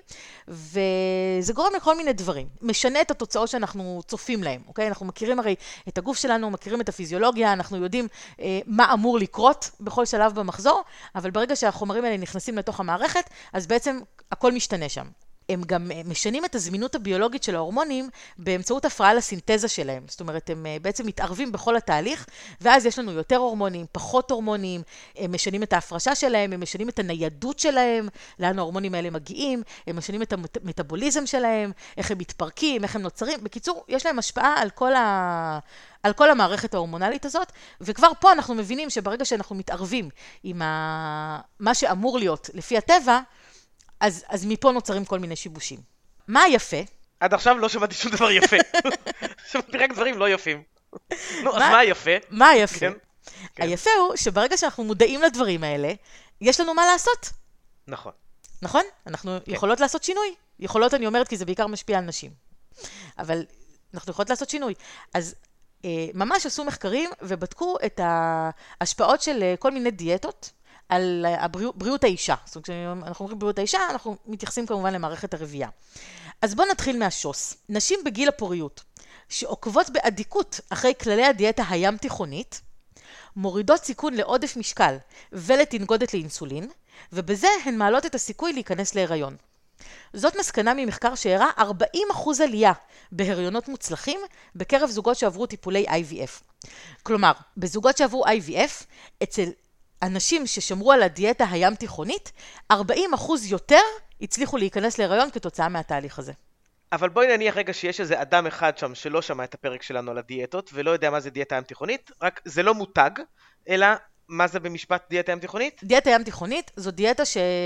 וזה גורם לכל מיני דברים. משנה את התוצאות שאנחנו צופים להם, אוקיי? אנחנו מכירים הרי את הגוף שלנו, מכירים את הפיזיולוגיה, אנחנו יודעים אה, מה אמור לקרות בכל שלב במחזור, אבל ברגע שהחומרים האלה נכנסים לתוך המערכת, אז בעצם הכל משתנה שם. הם גם משנים את הזמינות הביולוגית של ההורמונים באמצעות הפרעה לסינתזה שלהם. זאת אומרת, הם בעצם מתערבים בכל התהליך, ואז יש לנו יותר הורמונים, פחות הורמונים, הם משנים את ההפרשה שלהם, הם משנים את הניידות שלהם, לאן ההורמונים האלה מגיעים, הם משנים את המטאבוליזם שלהם, איך הם מתפרקים, איך הם נוצרים. בקיצור, יש להם השפעה על כל ה... על כל המערכת ההורמונלית הזאת, וכבר פה אנחנו מבינים שברגע שאנחנו מתערבים עם ה... מה שאמור להיות לפי הטבע, אז, אז מפה נוצרים כל מיני שיבושים. מה יפה? עד עכשיו לא שמעתי שום דבר יפה. שמעתי רק דברים לא יפים. נו, אז מה יפה? מה יפה? היפה הוא שברגע שאנחנו מודעים לדברים האלה, יש לנו מה לעשות. נכון. נכון? אנחנו יכולות לעשות שינוי. יכולות, אני אומרת, כי זה בעיקר משפיע על נשים. אבל אנחנו יכולות לעשות שינוי. אז ממש עשו מחקרים ובדקו את ההשפעות של כל מיני דיאטות, על הבריאות, בריאות האישה. זאת אומרת, כשאנחנו אומרים בריאות האישה, אנחנו מתייחסים כמובן למערכת הרבייה. אז בואו נתחיל מהשוס. נשים בגיל הפוריות, שעוקבות באדיקות אחרי כללי הדיאטה הים תיכונית, מורידות סיכון לעודף משקל ולתנגודת לאינסולין, ובזה הן מעלות את הסיכוי להיכנס להיריון. זאת מסקנה ממחקר שהראה ארבעים אחוז עלייה בהריונות מוצלחים בקרב זוגות שעברו טיפולי I V F. כלומר, בזוגות שעברו I V F, אצל אנשים ששמרו על הדיאטה הים תיכונית, ארבעים אחוז יותר הצליחו להיכנס להיריון כתוצאה מהתהליך הזה. אבל בואי נניח רגע שיש איזה אדם אחד שם שלא שמע את הפרק שלנו על הדיאטות, ולא יודע מה זה דיאטה ים תיכונית, רק זה לא מותג, אלא מה זה במשפט דיאטה ים תיכונית? דיאטה ים תיכונית זו דיאטה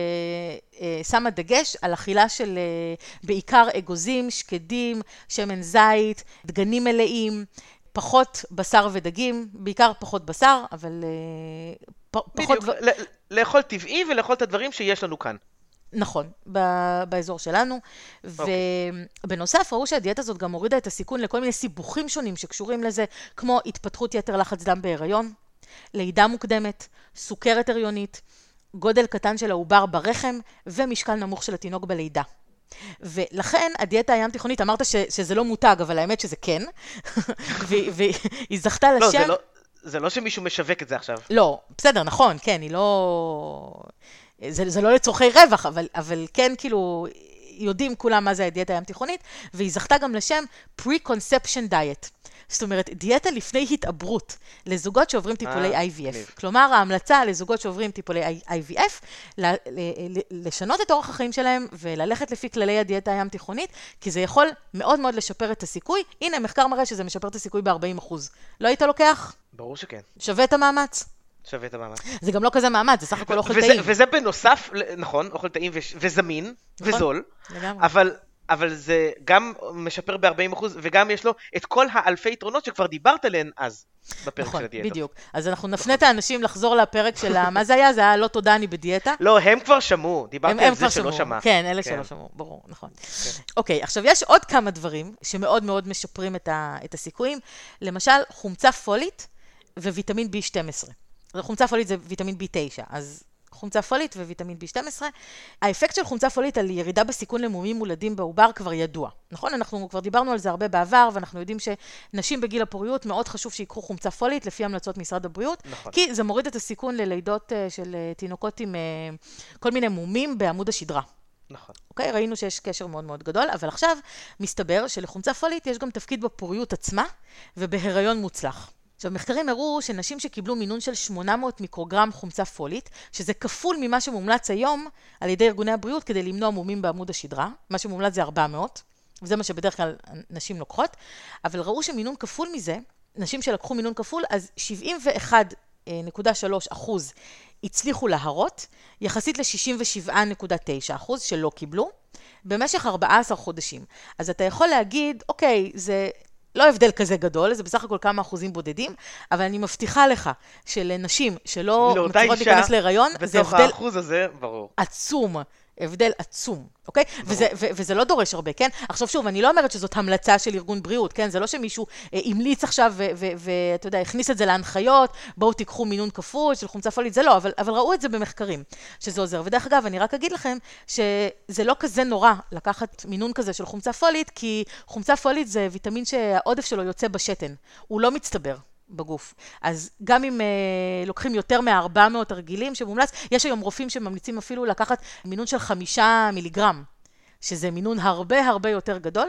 ששמה דגש על אכילה של בעיקר אגוזים, שקדים, שמן זית, דגנים מלאים, פחות בשר ודגים, בעיקר פחות בשר, אבל פחות... בדיוק, לאכול טבעי ולאכול את הדברים שיש לנו כאן. נכון, באזור שלנו, ובנוסף ראו שהדיאטה הזאת גם הורידה את הסיכון לכל מיני סיבוכים שונים שקשורים לזה, כמו התפתחות יתר לחץ דם בהיריון, לידה מוקדמת, סוכרת הריונית, גודל קטן של העובר ברחם, ומשקל נמוך של התינוק בלידה. ולכן הדיאטה הים תיכונית, אמרת ש, שזה לא מותג, אבל האמת שזה כן, והיא זכתה לשם... לא, זה לא, זה לא שמישהו משווק את זה עכשיו. לא, בסדר, נכון, כן, היא לא... זה, זה לא לצורכי רווח, אבל, אבל כן, כאילו, יודעים כולם מה זה הדיאטה הים תיכונית, והיא זכתה גם לשם Pre-Conception Diet. זאת אומרת, דיאטה לפני התעברות לזוגות שעוברים טיפולי איי וי אף. כלומר, ההמלצה לזוגות שעוברים טיפולי איי וי אף, לשנות את אורח החיים שלהם וללכת לפי כללי הדיאטה הים תיכונית, כי זה יכול מאוד מאוד לשפר את הסיכוי. הנה, מחקר מראה שזה משפר את הסיכוי ב-ארבעים אחוז. לא היית לוקח? ברור שכן. שווה את המאמץ? שווה את המאמץ. זה גם לא כזה מאמץ, זה סך הכל אוכל טעים. וזה בנוסף, נכון, אוכל טעים וזמין וזול, אבל... אבל זה גם משפר ב-ארבעים אחוז, וגם יש לו את כל האלפי יתרונות שכבר דיברת עליהן אז, בפרק נכון, של הדיאטה. בדיוק. אז אנחנו נפנה את האנשים לחזור לפרק של מה זה היה, זה היה לא תודה אני בדיאטה. לא, הם כבר שמעו, דיברתי הם, על זה שלא שמע. כן, אלה כן. שלא שמעו, ברור, נכון. כן. אוקיי, עכשיו יש עוד כמה דברים שמאוד מאוד משפרים את, ה, את הסיכויים, למשל חומצה פולית וויטמין בי שתים עשרה. חומצה פולית זה ויטמין בי תשע, אז... חומצה פולית וויטמין בי שתים עשרה. האפקט של חומצה פולית על ירידה בסיכון למומים מולדים בעובר כבר ידוע. נכון? אנחנו כבר דיברנו על זה הרבה בעבר, ואנחנו יודעים שנשים בגיל הפוריות מאוד חשוב שיקחו חומצה פולית לפי המלצות משרד הבריאות, נכון. כי זה מוריד את הסיכון ללידות של תינוקות עם כל מיני מומים בעמוד השדרה. נכון. אוקיי? ראינו שיש קשר מאוד מאוד גדול, אבל עכשיו מסתבר שלחומצה פולית יש גם תפקיד בפוריות עצמה ובהיריון מוצלח. עכשיו, מחקרים הראו שנשים שקיבלו מינון של שמונה מאות מיקרוגרם חומצה פולית, שזה כפול ממה שמומלץ היום על ידי ארגוני הבריאות כדי למנוע מומים בעמוד השדרה, מה שמומלץ זה ארבע מאות, וזה מה שבדרך כלל נשים לוקחות, אבל ראו שמינון כפול מזה, נשים שלקחו מינון כפול, אז שבעים ואחת נקודה שלוש אחוז הצליחו להרות, יחסית ל-שישים ושבע נקודה תשע אחוז שלא קיבלו, במשך ארבעה עשר חודשים. אז אתה יכול להגיד, אוקיי, זה... לא הבדל כזה גדול, זה בסך הכל כמה אחוזים בודדים, אבל אני מבטיחה לך שלנשים שלא מצליחות להיכנס להיריון, זה הבדל האחוז הזה, ברור. עצום, הבדל עצום, אוקיי? וזה, ו- וזה לא דורש הרבה, כן? עכשיו שוב, אני לא אומרת שזאת המלצה של ארגון בריאות, כן? זה לא שמישהו אה, המליץ עכשיו ואתה יודע, הכניס את זה להנחיות, בואו תיקחו מינון כפול של חומצה פולית, זה לא, אבל, אבל ראו את זה במחקרים, שזה עוזר. ודרך אגב, אני רק אגיד לכם שזה לא כזה נורא לקחת מינון כזה של חומצה פולית, כי חומצה פולית זה ויטמין שהעודף שלו יוצא בשתן, הוא לא מצטבר. בגוף. אז גם אם אה, לוקחים יותר מ-ארבע מאות הרגילים שמומלץ, יש היום רופאים שממליצים אפילו לקחת מינון של חמישה מיליגרם, שזה מינון הרבה הרבה יותר גדול,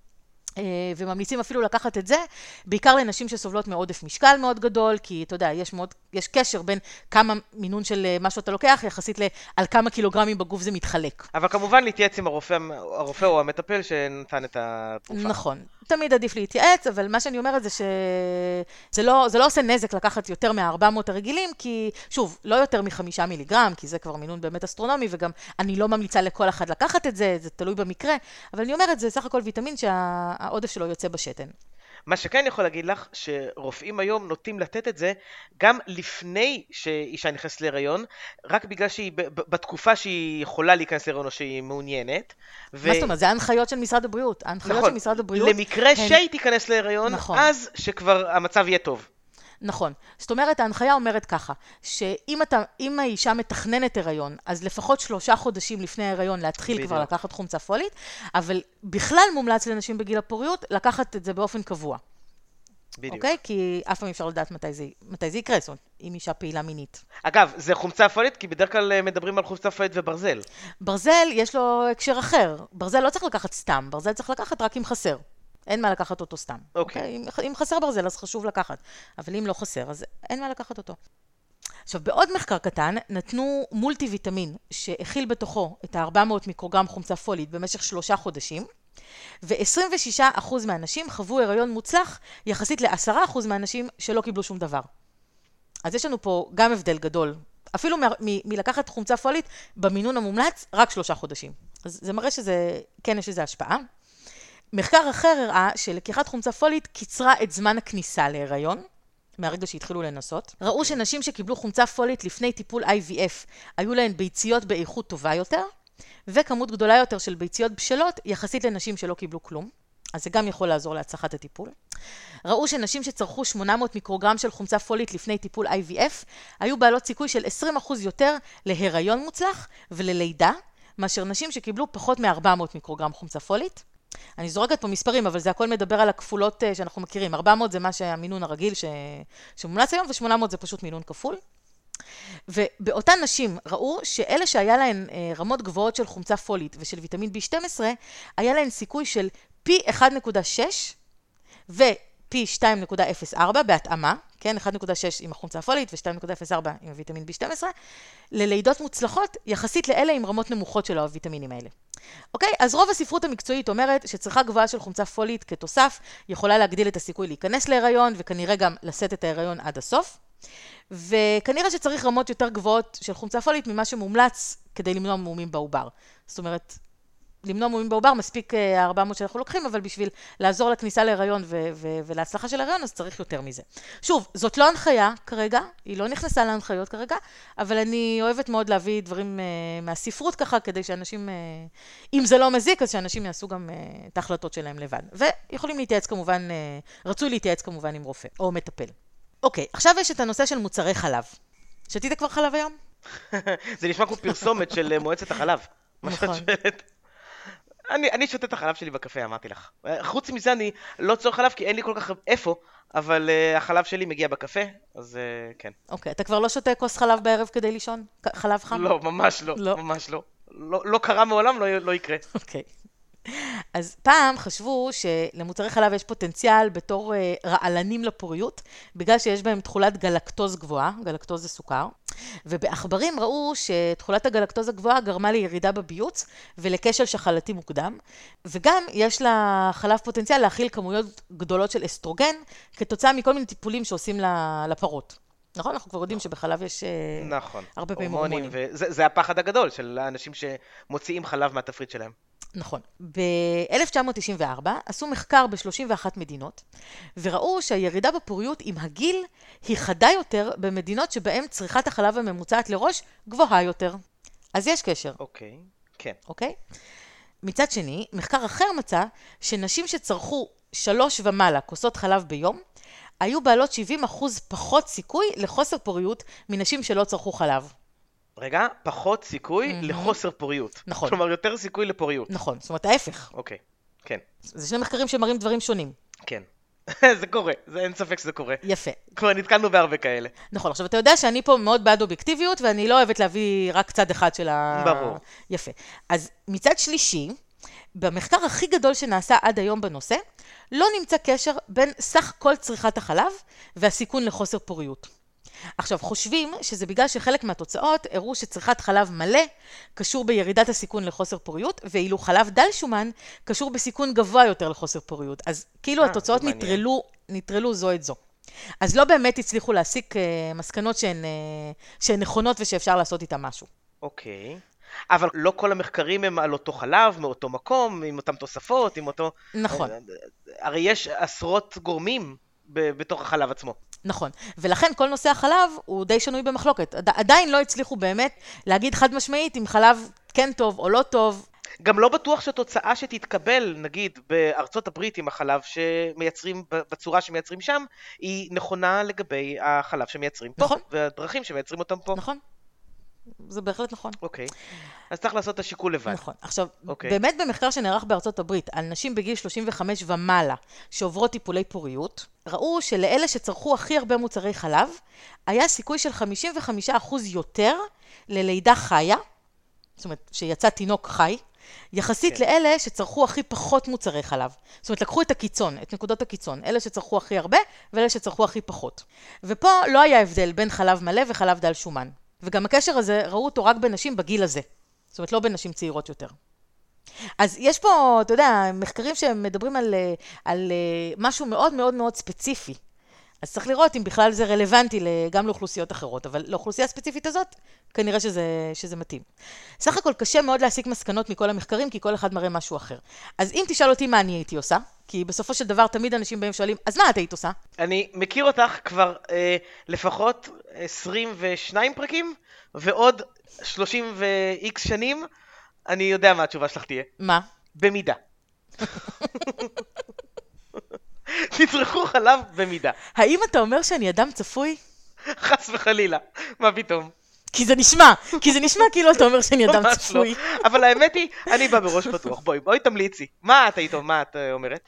אה, וממליצים אפילו לקחת את זה, בעיקר לנשים שסובלות מעודף משקל מאוד גדול, כי אתה יודע, יש, מאוד, יש קשר בין כמה מינון של מה שאתה לוקח, יחסית על כמה קילוגרמים בגוף זה מתחלק. אבל כמובן להתייעץ עם הרופא, הרופא או המטפל שנתן את התרופה. נכון. תמיד עדיף להתייעץ, אבל מה שאני אומרת זה שזה לא, זה לא עושה נזק לקחת יותר מ-ארבע מאות הרגילים, כי שוב, לא יותר מחמישה מיליגרם, כי זה כבר מינון באמת אסטרונומי, וגם אני לא ממליצה לכל אחד לקחת את זה, זה תלוי במקרה, אבל אני אומרת, זה סך הכל ויטמין שהעודף שלו יוצא בשתן. מה שכן יכול להגיד לך, שרופאים היום נוטים לתת את זה, גם לפני שאישה נכנסת להיריון, רק בגלל שהיא, בתקופה שהיא יכולה להיכנס להיריון או שהיא מעוניינת. ו... מה זאת אומרת? זה ההנחיות של משרד הבריאות. ההנחיות נכון, של משרד הבריאות... למקרה הן... שהיא תיכנס להיריון, נכון. אז שכבר המצב יהיה טוב. נכון. זאת אומרת, ההנחיה אומרת ככה, שאם אתה, אם האישה מתכננת הריון, אז לפחות שלושה חודשים לפני ההריון להתחיל בדיוק. כבר לקחת חומצה פולית, אבל בכלל מומלץ לנשים בגיל הפוריות לקחת את זה באופן קבוע. בדיוק. אוקיי? כי אף פעם אפשר לדעת מתי זה, מתי זה יקרה, זאת אומרת, אם אישה פעילה מינית. אגב, זה חומצה פולית, כי בדרך כלל מדברים על חומצה פולית וברזל. ברזל יש לו הקשר אחר. ברזל לא צריך לקחת סתם, ברזל צריך לקחת רק אם חסר. אין מה לקחת אותו סתם. אוקיי. Okay. אם, אם חסר ברזל, אז חשוב לקחת. אבל אם לא חסר, אז אין מה לקחת אותו. עכשיו, בעוד מחקר קטן, נתנו מולטי ויטמין, שהכיל בתוכו את ה-ארבע מאות מיקרוגרם חומצה פולית במשך שלושה חודשים, ו-עשרים ושש אחוז מהאנשים חוו הריון מוצלח, יחסית ל-עשרה אחוז מהאנשים שלא קיבלו שום דבר. אז יש לנו פה גם הבדל גדול. אפילו מ- מ- מלקחת חומצה פולית במינון המומלץ, רק שלושה חודשים. אז זה מראה שזה, כן יש איזו השפעה. מחקר אחר הראה שלקיחת חומצה פולית קיצרה את זמן הכניסה להיריון, מהרגע שהתחילו לנסות. ראו שנשים שקיבלו חומצה פולית לפני טיפול איי וי אף, היו להן ביציות באיכות טובה יותר, וכמות גדולה יותר של ביציות בשלות, יחסית לנשים שלא קיבלו כלום. אז זה גם יכול לעזור להצלחת הטיפול. ראו שנשים שצרכו שמונה מאות מיקרוגרם של חומצה פולית לפני טיפול איי וי אף, היו בעלות סיכוי של עשרים אחוז יותר להיריון מוצלח וללידה, מאשר נשים שקיבלו פחות מ-ארבע מאות מיקרוגרם חומצה פולית. אני זורקת פה מספרים, אבל זה הכל מדבר על הכפולות שאנחנו מכירים. ארבע מאות זה מה שהמינון הרגיל ש... שמומלץ היום, ו-שמונה מאות זה פשוט מינון כפול. ובאותן נשים ראו שאלה שהיה להן רמות גבוהות של חומצה פולית ושל ויטמין בי שתים עשרה, היה להן סיכוי של פי אחת נקודה שש ופי שתיים נקודה אפס ארבע בהתאמה, כן, אחת נקודה שש עם החומצה הפולית ו-שתיים נקודה אפס ארבע עם הוויטמין בי שתים עשרה, ללידות מוצלחות יחסית לאלה עם רמות נמוכות של הוויטמינים האלה. אוקיי? אז רוב הספרות המקצועית אומרת שצריכה גבוהה של חומצה פולית כתוסף יכולה להגדיל את הסיכוי להיכנס להיריון וכנראה גם לשאת את ההיריון עד הסוף. וכנראה שצריך רמות יותר גבוהות של חומצה פולית ממה שמומלץ כדי למנוע מומים בעובר. זאת אומרת, למנוע מומים בעובר מספיק ארבע מאות שאנחנו לוקחים, אבל בשביל לעזור לכניסה להיריון ו- ו- ולהצלחה של ההיריון, אז צריך יותר מזה. שוב, זאת לא הנחיה כרגע, היא לא נכנסה להנחיות כרגע, אבל אני אוהבת מאוד להביא דברים uh, מהספרות ככה, כדי שאנשים, uh, אם זה לא מזיק, אז שאנשים יעשו גם uh, את ההחלטות שלהם לבד. ויכולים להתייעץ כמובן, uh, רצוי להתייעץ כמובן עם רופא או מטפל. אוקיי, עכשיו יש את הנושא של מוצרי חלב. שתית כבר חלב היום? זה נשמע כמו פרסומת של מועצת החלב. נכון. אני, אני שותה את החלב שלי בקפה, אמרתי לך. חוץ מזה אני לא צורך חלב, כי אין לי כל כך איפה, אבל uh, החלב שלי מגיע בקפה, אז uh, כן. אוקיי, אתה כבר לא שותה כוס חלב בערב כדי לישון? חלב חם? לא, ממש לא, לא. ממש לא. לא, לא קרה מעולם, לא, לא יקרה. אוקיי. אז פעם חשבו שלמוצרי חלב יש פוטנציאל בתור uh, רעלנים לפוריות, בגלל שיש בהם תכולת גלקטוז גבוהה, גלקטוז זה סוכר, ובעכברים ראו שתכולת הגלקטוז הגבוהה גרמה לירידה בביוץ ולכשל שחלתי מוקדם, וגם יש לחלב פוטנציאל להכיל כמויות גדולות של אסטרוגן, כתוצאה מכל מיני טיפולים שעושים לפרות. נכון? אנחנו כבר יודעים שבחלב יש נכון. הרבה פעמים הורמונים. וזה, זה הפחד הגדול של האנשים שמוציאים חלב מהתפריט שלהם. נכון. ב-אלף תשע מאות תשעים וארבע עשו מחקר ב-שלושים ואחת מדינות, וראו שהירידה בפוריות עם הגיל היא חדה יותר במדינות שבהן צריכת החלב הממוצעת לראש גבוהה יותר. אז יש קשר. אוקיי, כן. אוקיי? מצד שני, מחקר אחר מצא שנשים שצרכו שלוש ומעלה כוסות חלב ביום, היו בעלות שבעים אחוז פחות סיכוי לחוסר פוריות מנשים שלא צרכו חלב. רגע, פחות סיכוי mm-hmm. לחוסר פוריות. נכון. כלומר, יותר סיכוי לפוריות. נכון, זאת אומרת, ההפך. אוקיי, כן. זה שני מחקרים שמראים דברים שונים. כן. זה קורה, זה אין ספק שזה קורה. יפה. כבר נתקלנו בהרבה כאלה. נכון, עכשיו אתה יודע שאני פה מאוד בעד אובייקטיביות, ואני לא אוהבת להביא רק צד אחד של ה... ברור. יפה. אז מצד שלישי, במחקר הכי גדול שנעשה עד היום בנושא, לא נמצא קשר בין סך כל צריכת החלב והסיכון לחוסר פוריות. עכשיו, חושבים שזה בגלל שחלק מהתוצאות הראו שצריכת חלב מלא קשור בירידת הסיכון לחוסר פוריות, ואילו חלב דל שומן קשור בסיכון גבוה יותר לחוסר פוריות. אז כאילו התוצאות נטרלו, נטרלו זו את זו. אז לא באמת הצליחו להסיק uh, מסקנות שהן, uh, שהן נכונות ושאפשר לעשות איתן משהו. אוקיי. אבל לא כל המחקרים הם על אותו חלב, מאותו מקום, עם אותם תוספות, עם אותו... נכון. הרי יש עשרות גורמים בתוך החלב עצמו. נכון, ולכן כל נושא החלב הוא די שנוי במחלוקת. עדיין לא הצליחו באמת להגיד חד משמעית אם חלב כן טוב או לא טוב. גם לא בטוח שהתוצאה שתתקבל, נגיד, בארצות הברית עם החלב שמייצרים, בצורה שמייצרים שם, היא נכונה לגבי החלב שמייצרים פה, נכון. והדרכים שמייצרים אותם פה. נכון. זה בהחלט נכון. אוקיי. אז צריך לעשות את השיקול לבד. נכון. עכשיו, אוקיי. באמת במחקר שנערך בארצות הברית, על נשים בגיל שלושים וחמש ומעלה, שעוברות טיפולי פוריות, ראו שלאלה שצרכו הכי הרבה מוצרי חלב, היה סיכוי של חמישים וחמישה אחוז יותר ללידה חיה, זאת אומרת, שיצא תינוק חי, יחסית כן. לאלה שצרכו הכי פחות מוצרי חלב. זאת אומרת, לקחו את הקיצון, את נקודות הקיצון, אלה שצרכו הכי הרבה, ואלה שצרכו הכי פחות. ופה לא היה הבדל בין חלב מלא וחלב דל שומן. וגם הקשר הזה, ראו אותו רק בנשים בגיל הזה. זאת אומרת, לא בנשים צעירות יותר. אז יש פה, אתה יודע, מחקרים שמדברים על, על משהו מאוד מאוד מאוד ספציפי. אז צריך לראות אם בכלל זה רלוונטי גם לאוכלוסיות אחרות, אבל לאוכלוסייה הספציפית הזאת, כנראה שזה, שזה מתאים. סך הכל קשה מאוד להסיק מסקנות מכל המחקרים, כי כל אחד מראה משהו אחר. אז אם תשאל אותי מה אני הייתי עושה, כי בסופו של דבר תמיד אנשים באים שואלים, אז מה את היית עושה? אני מכיר אותך כבר אה, לפחות עשרים ושניים פרקים, ועוד שלושים ו-X שנים, אני יודע מה התשובה שלך תהיה. מה? במידה. תצרכו חלב במידה. האם אתה אומר שאני אדם צפוי? חס וחלילה, מה פתאום? כי זה נשמע, כי זה נשמע כאילו אתה אומר שאני אדם צפוי. אבל האמת היא, אני בא בראש פתוח, בואי, בואי תמליצי. מה את היית, מה את אומרת?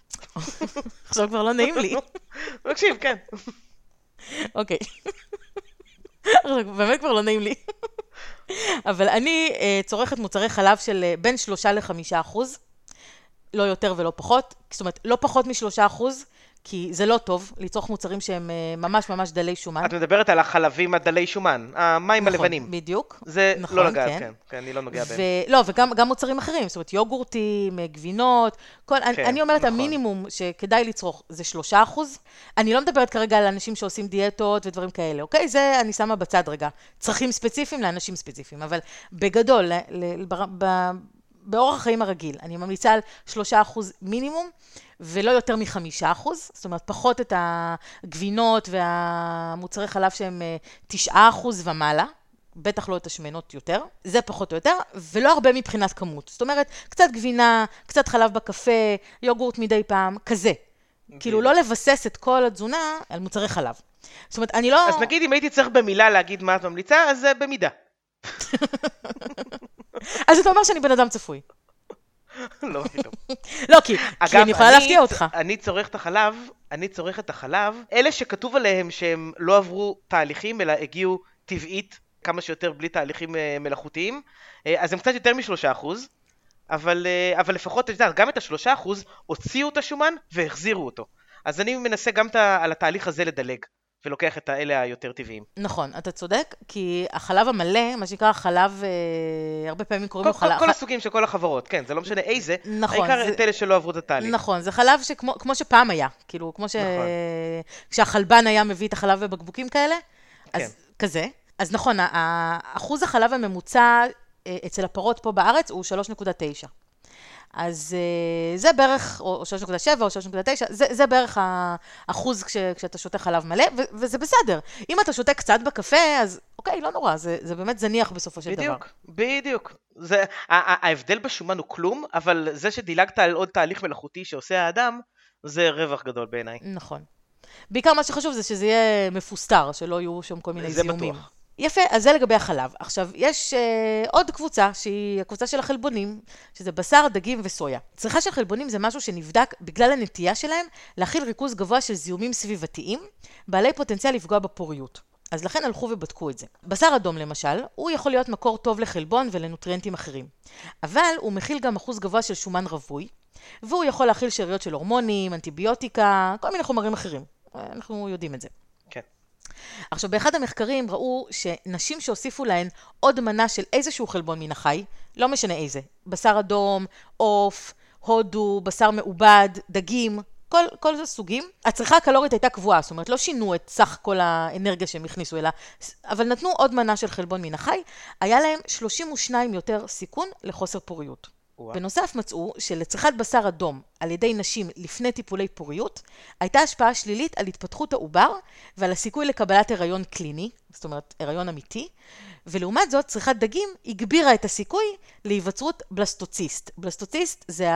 עכשיו כבר לא נעים לי. מקשיב, כן. אוקיי. באמת כבר לא נעים לי. אבל אני uh, צורכת מוצרי חלב של uh, בין שלושה לחמישה אחוז, לא יותר ולא פחות, זאת אומרת, לא פחות משלושה אחוז, כי זה לא טוב לצרוך מוצרים שהם uh, ממש ממש דלי שומן. את מדברת על החלבים הדלי שומן, המים נכון, הלבנים. בדיוק. זה נכון, לא לגעת, כן. כן, כן, אני לא נוגע בהם. ו- לא, וגם גם מוצרים אחרים, זאת אומרת, יוגורטים, גבינות, כל, כן, אני, אני אומרת, נכון. המינימום שכדאי לצרוך זה שלושה אחוז. אני לא מדברת כרגע על אנשים שעושים דיאטות ודברים כאלה, אוקיי? זה אני שמה בצד רגע. צרכים ספציפיים לאנשים ספציפיים, אבל בגדול, ל- ל- ב- ב- באורח החיים הרגיל, אני ממליצה על שלושה אחוז מינימום, ולא יותר מחמישה אחוז, זאת אומרת, פחות את הגבינות והמוצרי חלב שהם תשעה אחוז ומעלה, בטח לא את השמנות יותר, זה פחות או יותר, ולא הרבה מבחינת כמות. זאת אומרת, קצת גבינה, קצת חלב בקפה, יוגורט מדי פעם, כזה. כאילו לא לבסס את כל התזונה על מוצרי חלב. זאת אומרת, אני לא... אז נגיד, אם הייתי צריך במילה להגיד מה את ממליצה, אז זה במידה. אז אתה אומר שאני בן אדם צפוי. לא, פתאום. לא, כי, כי אני יכולה להפתיע אותך. אני צורך את החלב, אני צורך את החלב, אלה שכתוב עליהם שהם לא עברו תהליכים, אלא הגיעו טבעית, כמה שיותר בלי תהליכים מלאכותיים, אז הם קצת יותר משלושה אחוז, אבל, אבל לפחות, גם את השלושה אחוז הוציאו את השומן והחזירו אותו. אז אני מנסה גם על התהליך הזה לדלג. ולוקח את האלה היותר טבעיים. נכון, אתה צודק, כי החלב המלא, מה שנקרא חלב, אה, הרבה פעמים קוראים לו כל, חלב... כל, כל הסוגים של כל החברות, כן, זה לא משנה איזה, נכון, העיקר זה... את אלה שלא עברו את התהליך. נכון, זה חלב שכמו, כמו שפעם היה, כאילו, כמו ש... נכון. כשהחלבן היה מביא את החלב בבקבוקים כאלה, אז כן. כזה. אז נכון, אחוז החלב הממוצע אצל הפרות פה בארץ הוא שלוש נקודה תשע. אז זה בערך, או שלוש נקודה שבע או שלוש נקודה תשע, זה, זה בערך האחוז כש, כשאתה שותה חלב מלא, ו, וזה בסדר. אם אתה שותה קצת בקפה, אז אוקיי, לא נורא, זה, זה באמת זניח בסופו של בדיוק, דבר. בדיוק, בדיוק. ההבדל בשומן הוא כלום, אבל זה שדילגת על עוד תהליך מלאכותי שעושה האדם, זה רווח גדול בעיניי. נכון. בעיקר מה שחשוב זה שזה יהיה מפוסטר, שלא יהיו שם כל מיני זה זיהומים. בטוח. יפה, אז זה לגבי החלב. עכשיו, יש אה, עוד קבוצה, שהיא הקבוצה של החלבונים, שזה בשר, דגים וסויה. צריכה של חלבונים זה משהו שנבדק בגלל הנטייה שלהם להכיל ריכוז גבוה של זיהומים סביבתיים, בעלי פוטנציאל לפגוע בפוריות. אז לכן הלכו ובדקו את זה. בשר אדום למשל, הוא יכול להיות מקור טוב לחלבון ולנוטריאנטים אחרים. אבל הוא מכיל גם אחוז גבוה של שומן רווי, והוא יכול להכיל שאריות של הורמונים, אנטיביוטיקה, כל מיני חומרים אחרים. אנחנו יודעים את זה. כן. עכשיו, באחד המחקרים ראו שנשים שהוסיפו להן עוד מנה של איזשהו חלבון מן החי, לא משנה איזה, בשר אדום, עוף, הודו, בשר מעובד, דגים, כל, כל זה סוגים, הצריכה הקלורית הייתה קבועה, זאת אומרת, לא שינו את סך כל האנרגיה שהם הכניסו אליה, אבל נתנו עוד מנה של חלבון מן החי, היה להם שלושים ושתיים יותר סיכון לחוסר פוריות. וואו. בנוסף מצאו שלצריכת בשר אדום על ידי נשים לפני טיפולי פוריות, הייתה השפעה שלילית על התפתחות העובר ועל הסיכוי לקבלת הריון קליני, זאת אומרת הריון אמיתי, ולעומת זאת צריכת דגים הגבירה את הסיכוי להיווצרות בלסטוציסט. בלסטוציסט זה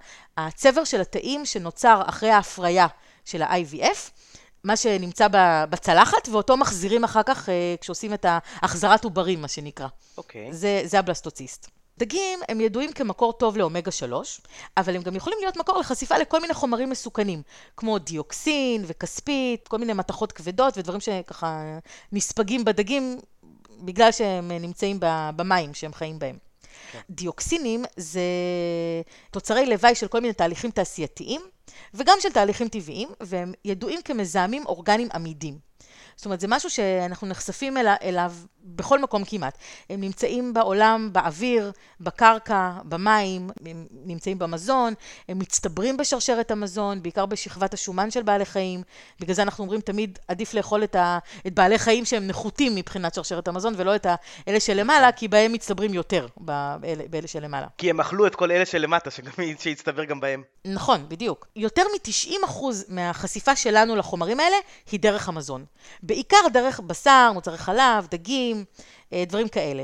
הצבר של התאים שנוצר אחרי ההפריה של ה-איי וי אף, מה שנמצא בצלחת, ואותו מחזירים אחר כך כשעושים את ההחזרת עוברים, מה שנקרא. אוקיי. זה, זה הבלסטוציסט. דגים הם ידועים כמקור טוב לאומגה שלוש, אבל הם גם יכולים להיות מקור לחשיפה לכל מיני חומרים מסוכנים, כמו דיוקסין וכספית, כל מיני מתכות כבדות ודברים שככה נספגים בדגים, בגלל שהם נמצאים במים שהם חיים בהם. כן. דיוקסינים זה תוצרי לוואי של כל מיני תהליכים תעשייתיים, וגם של תהליכים טבעיים, והם ידועים כמזהמים אורגניים עמידים. זאת אומרת, זה משהו שאנחנו נחשפים אליו, אליו בכל מקום כמעט. הם נמצאים בעולם, באוויר, בקרקע, במים, הם נמצאים במזון, הם מצטברים בשרשרת המזון, בעיקר בשכבת השומן של בעלי חיים. בגלל זה אנחנו אומרים תמיד עדיף לאכול את, ה, את בעלי חיים שהם נחותים מבחינת שרשרת המזון, ולא את אלה שלמעלה, כי בהם מצטברים יותר באלה, באלה שלמעלה. כי הם אכלו את כל אלה שלמטה, שגם שיצטבר גם בהם. נכון, בדיוק. יותר מ-תשעים אחוז מהחשיפה שלנו לחומרים האלה היא דרך המזון. בעיקר דרך בשר, מוצרי חלב, דגים, דברים כאלה.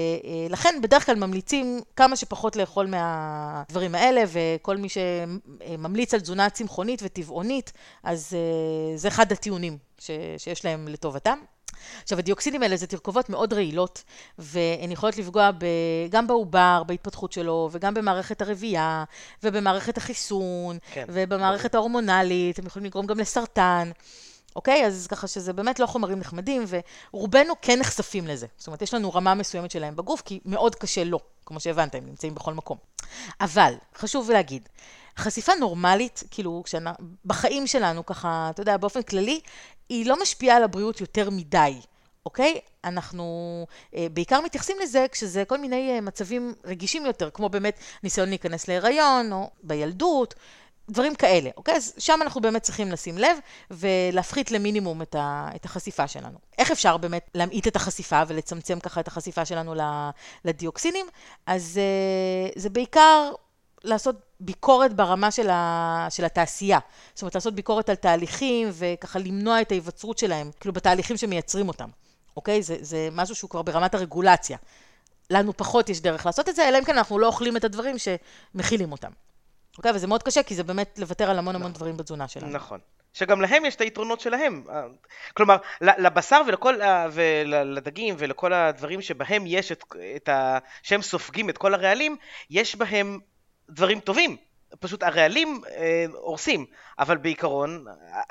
ולכן בדרך כלל ממליצים כמה שפחות לאכול מהדברים האלה, וכל מי שממליץ על תזונה צמחונית וטבעונית, אז זה אחד הטיעונים שיש להם לטובתם. עכשיו, הדיוקסינים האלה זה תרכובות מאוד רעילות, והן יכולות לפגוע ב, גם בעובר, בהתפתחות שלו, וגם במערכת הרבייה, ובמערכת החיסון, כן. ובמערכת ההורמונלית, הם יכולים לגרום גם לסרטן. אוקיי? אז ככה שזה באמת לא חומרים נחמדים, ורובנו כן נחשפים לזה. זאת אומרת, יש לנו רמה מסוימת שלהם בגוף, כי מאוד קשה לא, כמו שהבנת, הם נמצאים בכל מקום. אבל, חשוב להגיד, חשיפה נורמלית, כאילו, כשאנ... בחיים שלנו, ככה, אתה יודע, באופן כללי, היא לא משפיעה על הבריאות יותר מדי, אוקיי? אנחנו אה, בעיקר מתייחסים לזה כשזה כל מיני אה, מצבים רגישים יותר, כמו באמת ניסיון להיכנס להיריון, או בילדות, דברים כאלה, אוקיי? אז שם אנחנו באמת צריכים לשים לב ולהפחית למינימום את, ה, את החשיפה שלנו. איך אפשר באמת להמעיט את החשיפה ולצמצם ככה את החשיפה שלנו לדיוקסינים? אז אה, זה בעיקר לעשות ביקורת ברמה של, ה, של התעשייה. זאת אומרת, לעשות ביקורת על תהליכים וככה למנוע את ההיווצרות שלהם, כאילו בתהליכים שמייצרים אותם. אוקיי? זה, זה משהו שהוא כבר ברמת הרגולציה. לנו פחות יש דרך לעשות את זה, אלא אם כן אנחנו לא אוכלים את הדברים שמכילים אותם. אוקיי? וזה מאוד קשה, כי זה באמת לוותר על המון המון דברים בתזונה שלנו. נכון. שגם להם יש את היתרונות שלהם. כלומר, לבשר ולכל, ולדגים ולכל הדברים שבהם יש את, את ה... שהם סופגים את כל הרעלים, יש בהם דברים טובים. פשוט הרעלים אה, הורסים. אבל בעיקרון,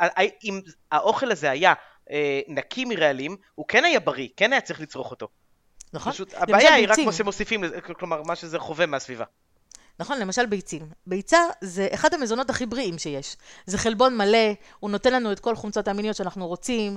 אם האוכל הזה היה אה, נקי מרעלים, הוא כן היה בריא, כן היה צריך לצרוך אותו. נכון. פשוט הבעיה היא רק כמו שמוסיפים, כלומר, מה שזה חווה מהסביבה. נכון, למשל ביצים. ביצה זה אחד המזונות הכי בריאים שיש. זה חלבון מלא, הוא נותן לנו את כל חומצות האמיניות שאנחנו רוצים,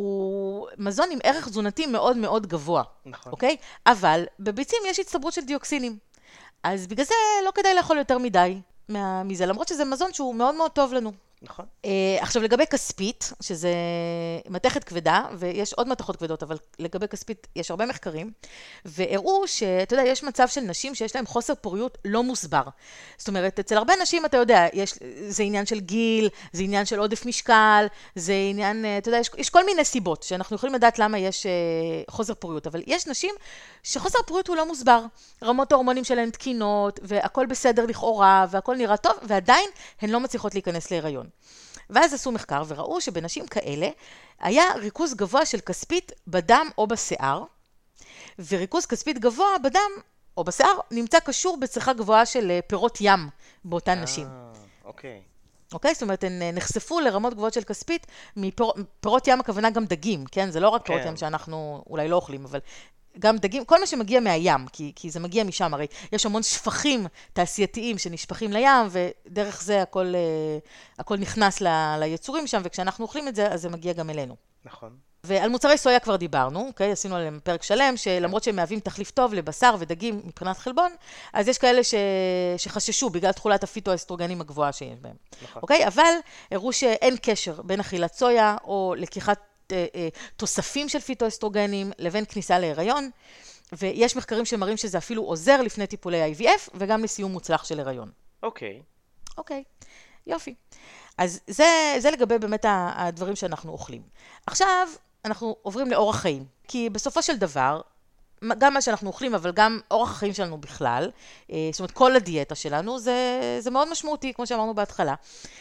הוא מזון עם ערך תזונתי מאוד מאוד גבוה. נכון. אוקיי? אבל בביצים יש הצטברות של דיוקסינים. אז בגלל זה לא כדאי לאכול יותר מדי מזה, למרות שזה מזון שהוא מאוד מאוד טוב לנו. נכון. Uh, עכשיו לגבי כספית, שזה מתכת כבדה, ויש עוד מתכות כבדות, אבל לגבי כספית יש הרבה מחקרים, והראו שאתה יודע, יש מצב של נשים שיש להם חוסר פוריות לא מוסבר. זאת אומרת, אצל הרבה נשים, אתה יודע, יש, זה עניין של גיל, זה עניין של עודף משקל, זה עניין, אתה יודע, יש, יש כל מיני סיבות שאנחנו יכולים לדעת למה יש uh, חוסר פוריות, אבל יש נשים שחוסר פוריות הוא לא מוסבר. רמות ההורמונים שלהן תקינות, והכל בסדר לכאורה, והכל נראה טוב, ועדיין הן לא מצליחות להיכנס להיריון. ואז עשו מחקר וראו שבנשים כאלה היה ריכוז גבוה של כספית בדם או בשיער, וריכוז כספית גבוה בדם או בשיער נמצא קשור בצריכה גבוהה של פירות ים באותן נשים. אוקיי. אוקיי? זאת אומרת, הן נחשפו לרמות גבוהות של כספית מפירות ים, הכוונה גם דגים, כן? זה לא רק פירות ים שאנחנו אולי לא אוכלים, אבל גם דגים, כל מה שמגיע מהים, כי, כי זה מגיע משם, הרי יש המון שפכים תעשייתיים שנשפכים לים, ודרך זה הכל, הכל נכנס ל, ליצורים שם, וכשאנחנו אוכלים את זה, אז זה מגיע גם אלינו. נכון. ועל מוצרי סויה כבר דיברנו, אוקיי? עשינו עליהם פרק שלם, שלמרות שהם מהווים תחליף טוב לבשר ודגים מבחינת חלבון, אז יש כאלה ש... שחששו בגלל תכולת הפיטואסטרוגנים הגבוהה שיש בהם. נכון. אוקיי? אבל הראו שאין קשר בין אכילת סויה או לקיחת תוספים של פיטואסטרוגנים לבין כניסה להיריון, ויש מחקרים שמראים שזה אפילו עוזר לפני טיפולי איי וי אף וגם לסיום מוצלח של היריון. אוקיי. אוקיי, יופי. אז זה, זה לגבי באמת הדברים שאנחנו אוכלים. עכשיו אנחנו עוברים לאורח חיים, כי בסופו של דבר, גם מה שאנחנו אוכלים, אבל גם אורח החיים שלנו בכלל, זאת אומרת, כל הדיאטה שלנו, זה, זה מאוד משמעותי, כמו שאמרנו בהתחלה.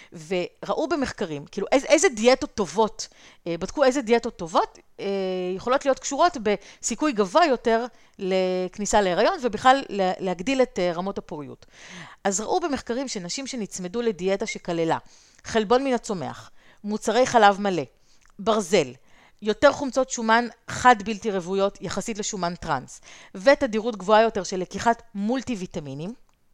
וראו במחקרים, כאילו, איזה, איזה דיאטות טובות, בדקו איזה דיאטות טובות, יכולות להיות קשורות בסיכוי גבוה יותר לכניסה להיריון, ובכלל להגדיל את רמות הפוריות. אז ראו במחקרים שנשים שנצמדו לדיאטה שכללה, חלבון מן הצומח, מוצרי חלב מלא, ברזל, יותר חומצות שומן חד בלתי רבויות יחסית לשומן טרנס, ותדירות גבוהה יותר של לקיחת מולטי ויטמינים,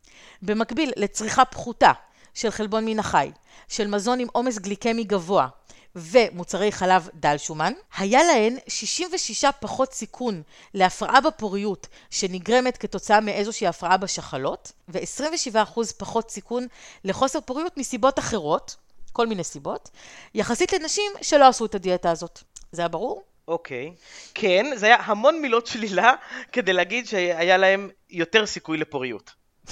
במקביל לצריכה פחותה של חלבון מן החי, של מזון עם עומס גליקמי גבוה, ומוצרי חלב דל שומן, היה להן שישים ושש פחות סיכון להפרעה בפוריות שנגרמת כתוצאה מאיזושהי הפרעה בשחלות, ו-עשרים ושבעה אחוז פחות סיכון לחוסר פוריות מסיבות אחרות, כל מיני סיבות, יחסית לנשים שלא עשו את הדיאטה הזאת. זה היה ברור? אוקיי. כן, זה היה המון מילות שלילה כדי להגיד שהיה להם יותר סיכוי לפוריות.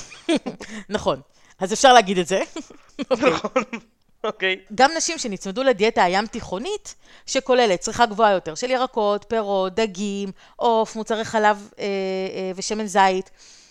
נכון. אז אפשר להגיד את זה. נכון. אוקיי. גם נשים שנצמדו לדיאטה הים תיכונית, שכוללת צריכה גבוהה יותר של ירקות, פירות, דגים, עוף, מוצרי חלב אה, אה, ושמן זית,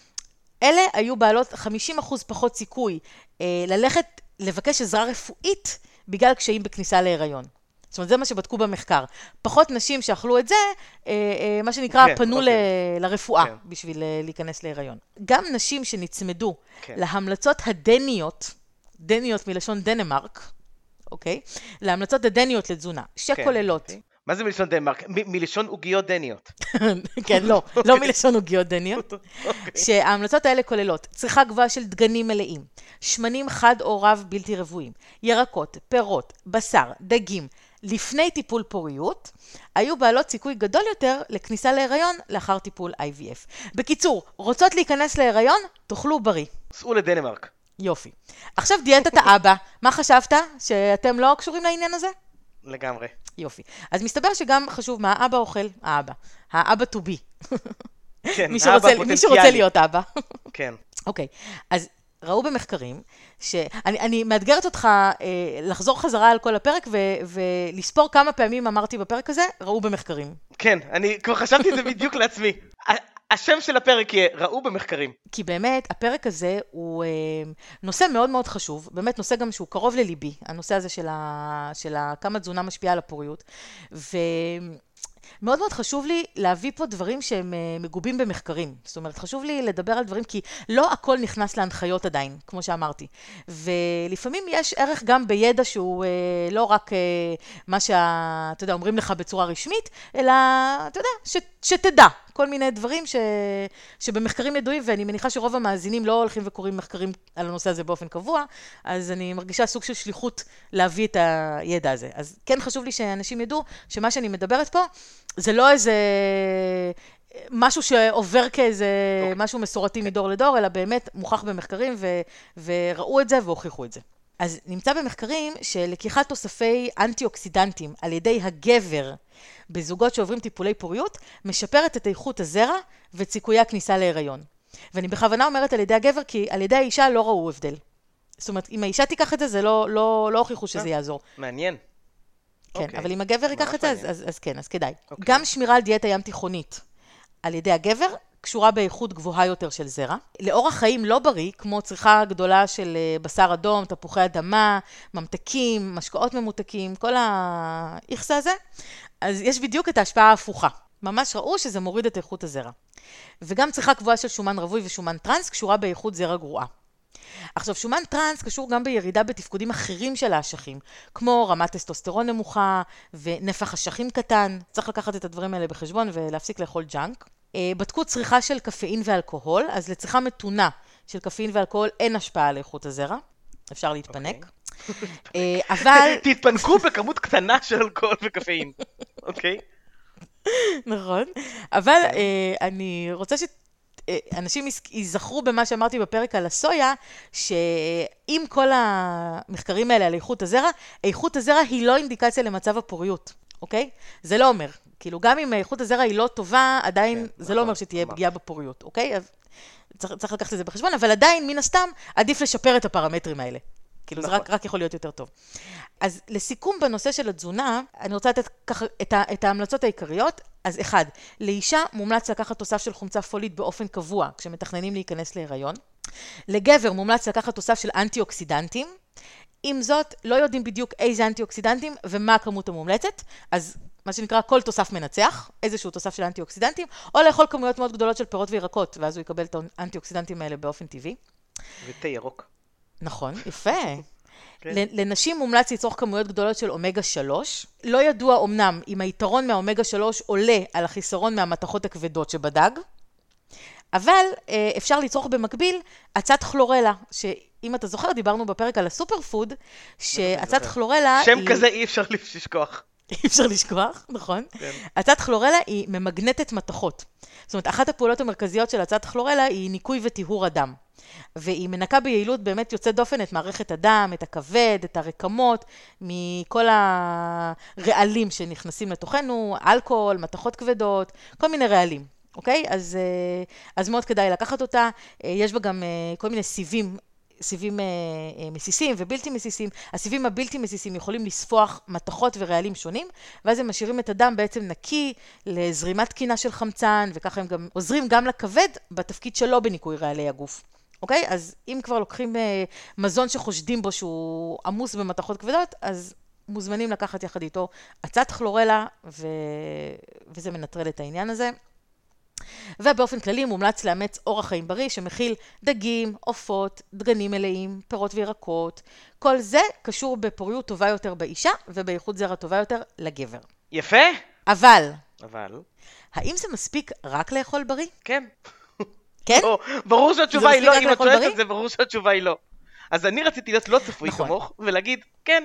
אלה היו בעלות חמישים אחוז פחות סיכוי אה, ללכת לבקש עזרה רפואית בגלל קשיים בכניסה להיריון. זאת אומרת, זה מה שבדקו במחקר. פחות נשים שאכלו את זה, אה, אה, מה שנקרא, כן, פנו אוקיי. ל- לרפואה כן. בשביל אה, להיכנס להיריון. גם נשים שנצמדו כן. להמלצות הדניות, דניות מלשון דנמרק, אוקיי? להמלצות הדניות לתזונה, שכוללות. כן, מה זה מלשון דנמרק? מ- מלשון עוגיות דניות. כן, לא, לא מלשון עוגיות דניות. שההמלצות האלה כוללות צריכה גבוהה של דגנים מלאים, שמנים חד או רב בלתי רבועים, ירקות, פירות, בשר, דגים, לפני טיפול פוריות, היו בעלות סיכוי גדול יותר לכניסה להיריון לאחר טיפול איי וי אף. בקיצור, רוצות להיכנס להיריון? תאכלו בריא. סעו לדנמרק. יופי. עכשיו דיאטת האבא, מה חשבת? שאתם לא קשורים לעניין הזה? לגמרי. יופי. אז מסתבר שגם חשוב מה האבא אוכל, האבא. האבא to be. כן, מי האבא שרוצה, מי שרוצה פוטנציאלי. להיות אבא. כן. אוקיי, אז ראו במחקרים, שאני אני מאתגרת אותך אה, לחזור חזרה על כל הפרק ו, ולספור כמה פעמים אמרתי בפרק הזה, ראו במחקרים. כן, אני כבר חשבתי את זה בדיוק לעצמי. ה- השם של הפרק יהיה, ראו במחקרים. כי באמת, הפרק הזה הוא אה, נושא מאוד מאוד חשוב, באמת נושא גם שהוא קרוב לליבי, הנושא הזה של, ה, של ה, כמה תזונה משפיעה על הפוריות, ומאוד מאוד חשוב לי להביא פה דברים שהם אה, מגובים במחקרים, זאת אומרת, חשוב לי לדבר על דברים, כי לא הכל נכנס להנחיות עדיין, כמו שאמרתי, ולפעמים יש ערך גם בידע שהוא אה, לא רק אה, מה שאתה יודע, אומרים לך בצורה רשמית, אלא, אתה יודע, ש, שתדע. כל מיני דברים ש... שבמחקרים ידועים, ואני מניחה שרוב המאזינים לא הולכים וקוראים מחקרים על הנושא הזה באופן קבוע, אז אני מרגישה סוג של שליחות להביא את הידע הזה. אז כן חשוב לי שאנשים ידעו שמה שאני מדברת פה, זה לא איזה משהו שעובר כאיזה okay. משהו מסורתי מדור לדור, אלא באמת מוכח במחקרים, ו... וראו את זה והוכיחו את זה. אז נמצא במחקרים שלקיחת תוספי אנטי-אוקסידנטים על ידי הגבר, בזוגות שעוברים טיפולי פוריות, משפרת את איכות הזרע ואת סיכויי הכניסה להיריון. ואני בכוונה אומרת על ידי הגבר, כי על ידי האישה לא ראו הבדל. זאת אומרת, אם האישה תיקח את זה, זה לא, לא, לא הוכיחו שזה יעזור. מעניין. כן, אוקיי. אבל אם הגבר ייקח את זה, אז, אז, אז כן, אז כדאי. אוקיי. גם שמירה על דיאטה ים תיכונית על ידי הגבר, קשורה באיכות גבוהה יותר של זרע. לאורח חיים לא בריא, כמו צריכה גדולה של בשר אדום, תפוחי אדמה, ממתקים, משקאות ממותקים, כל האיכסה הזה, אז יש בדיוק את ההשפעה ההפוכה. ממש ראו שזה מוריד את איכות הזרע. וגם צריכה קבועה של שומן רווי ושומן טרנס, קשורה באיכות זרע גרועה. עכשיו, שומן טרנס קשור גם בירידה בתפקודים אחרים של האשכים, כמו רמת טסטוסטרון נמוכה ונפח אשכים קטן. צריך לקחת את הדברים האלה בחשבון ולהפסיק לאכול ג'אנק. בדקו צריכה של קפאין ואלכוהול, אז לצריכה מתונה של קפאין ואלכוהול אין השפעה על איכות הזרע. אפשר להתפנק. אבל... תתפנקו בכמות קטנה של אלכוהול וקפאין. אוקיי? נכון. אבל אני רוצה ש... אנשים יזכרו במה שאמרתי בפרק על הסויה, שעם כל המחקרים האלה על איכות הזרע, איכות הזרע היא לא אינדיקציה למצב הפוריות, אוקיי? זה לא אומר. כאילו, גם אם איכות הזרע היא לא טובה, עדיין כן, זה נכון, לא אומר שתהיה פגיעה בפוריות, אוקיי? אז צריך, צריך לקחת את זה בחשבון, אבל עדיין, מן הסתם, עדיף לשפר את הפרמטרים האלה. כאילו, נכון. זה רק, רק יכול להיות יותר טוב. אז לסיכום בנושא של התזונה, אני רוצה לתת ככה את, ה, את ההמלצות העיקריות. אז אחד, לאישה מומלץ לקחת תוסף של חומצה פולית באופן קבוע, כשמתכננים להיכנס להיריון. לגבר מומלץ לקחת תוסף של אנטי-אוקסידנטים. עם זאת, לא יודעים בדיוק איזה אנטי-אוקסידנטים ומה הכמות המומלצת, אז מה שנקרא כל תוסף מנצח, איזשהו תוסף של אנטי-אוקסידנטים, או לאכול כמויות מאוד גדולות של פירות וירקות, ואז הוא יקבל את האנטי-אוקסידנטים האלה באופן טבעי. ותה ירוק. נכון, יפה. לנשים מומלץ לצרוך כמויות גדולות של אומגה שלוש. לא ידוע אמנם אם היתרון מהאומגה שלוש עולה על החיסרון מהמתכות הכבדות שבדג, אבל אפשר לצרוך במקביל עצת כלורלה, שאם אתה זוכר, דיברנו בפרק על הסופר פוד, שעצת כלורלה... שם כזה אי אפשר לשכוח. אי אפשר לשכוח, נכון. עצת כלורלה היא ממגנטת מתכות. זאת אומרת, אחת הפעולות המרכזיות של עצת כלורלה היא ניקוי וטיהור הדם. והיא מנקה ביעילות באמת יוצאת דופן את מערכת הדם, את הכבד, את הרקמות, מכל הרעלים שנכנסים לתוכנו, אלכוהול, מתכות כבדות, כל מיני רעלים. אוקיי? אז, אז מאוד כדאי לקחת אותה. יש בה גם כל מיני סיבים, סיבים מסיסים ובלתי מסיסים. הסיבים הבלתי מסיסים יכולים לספוח מתכות ורעלים שונים, ואז הם משאירים את הדם בעצם נקי לזרימת תקינה של חמצן, וככה הם גם עוזרים גם לכבד בתפקיד שלו בניקוי רעלי הגוף. אוקיי? אז אם כבר לוקחים מזון שחושדים בו שהוא עמוס במתכות כבדות, אז מוזמנים לקחת יחד איתו עצת כלורלה, ו... וזה מנטרל את העניין הזה. ובאופן כללי מומלץ לאמץ אורח חיים בריא שמכיל דגים, עופות, דגנים מלאים, פירות וירקות. כל זה קשור בפוריות טובה יותר באישה ובאיכות זרע טובה יותר לגבר. יפה? אבל, אבל? האם זה מספיק רק לאכול בריא? כן. כן? לא, ברור שהתשובה זה היא לא, מספיק אם רק את לאכול שואלת בריא? את זה, ברור שהתשובה היא לא. אז אני רציתי להיות לא צפוי נכון. כמוך, ולהגיד, כן.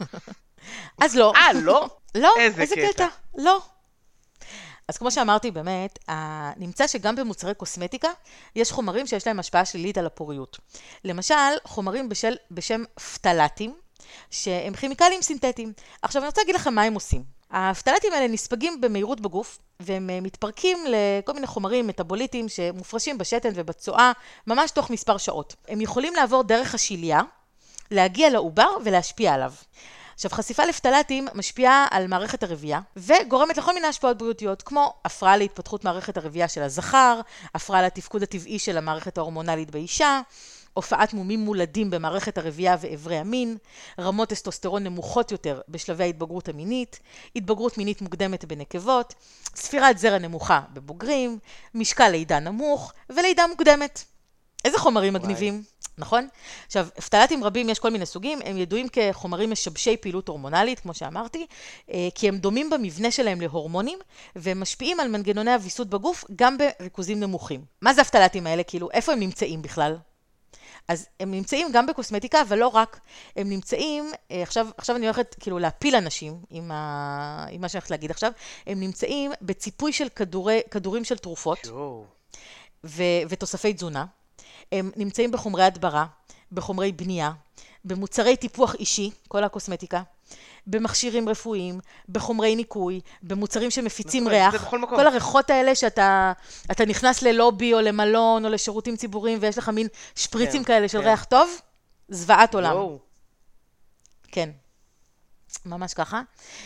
אז לא. אה, לא? לא, איזה איזה קטע. קטע. לא. אז כמו שאמרתי, באמת, נמצא שגם במוצרי קוסמטיקה יש חומרים שיש להם השפעה שלילית על הפוריות. למשל, חומרים בשל, בשם פטלטים, שהם כימיקלים סינתטיים. עכשיו, אני רוצה להגיד לכם מה הם עושים. הפטלטים האלה נספגים במהירות בגוף, והם מתפרקים לכל מיני חומרים מטאבוליטיים שמופרשים בשתן ובצואה, ממש תוך מספר שעות. הם יכולים לעבור דרך השיליה, להגיע לעובר ולהשפיע עליו. עכשיו, חשיפה לפטלטים משפיעה על מערכת הרבייה, וגורמת לכל מיני השפעות בריאותיות, כמו הפרעה להתפתחות מערכת הרבייה של הזכר, הפרעה לתפקוד הטבעי של המערכת ההורמונלית באישה, הופעת מומים מולדים במערכת הרבייה ואיברי המין, רמות טסטוסטרון נמוכות יותר בשלבי ההתבגרות המינית, התבגרות מינית מוקדמת בנקבות, ספירת זרע נמוכה בבוגרים, משקל לידה נמוך ולידה מוקדמת. איזה חומרים מגניבים, נכון? עכשיו, פטלטים רבים יש כל מיני סוגים, הם ידועים כחומרים משבשי פעילות הורמונלית, כמו שאמרתי, כי הם דומים במבנה שלהם להורמונים, והם משפיעים על מנגנוני הוויסות בגוף גם בריכוזים נמוכים. מה זה הפטלטים האלה? כאילו, איפה הם נמצאים בכלל? אז הם נמצאים גם בקוסמטיקה, אבל לא רק. הם נמצאים, עכשיו, עכשיו אני הולכת כאילו להפיל אנשים עם, ה... עם מה שאני הולכת להגיד עכשיו, הם נמצאים בציפוי של כדורי, כדורים של תרופות ו... ותוספי תזונה. הם נמצאים בחומרי הדברה, בחומרי בנייה, במוצרי טיפוח אישי, כל הקוסמטיקה, במכשירים רפואיים, בחומרי ניקוי, במוצרים שמפיצים ריח. כל הריחות האלה שאתה אתה נכנס ללובי או למלון או לשירותים ציבוריים ויש לך מין שפריצים כן, כאלה של כן. ריח טוב, זוועת עולם. יואו. כן. ממש ככה.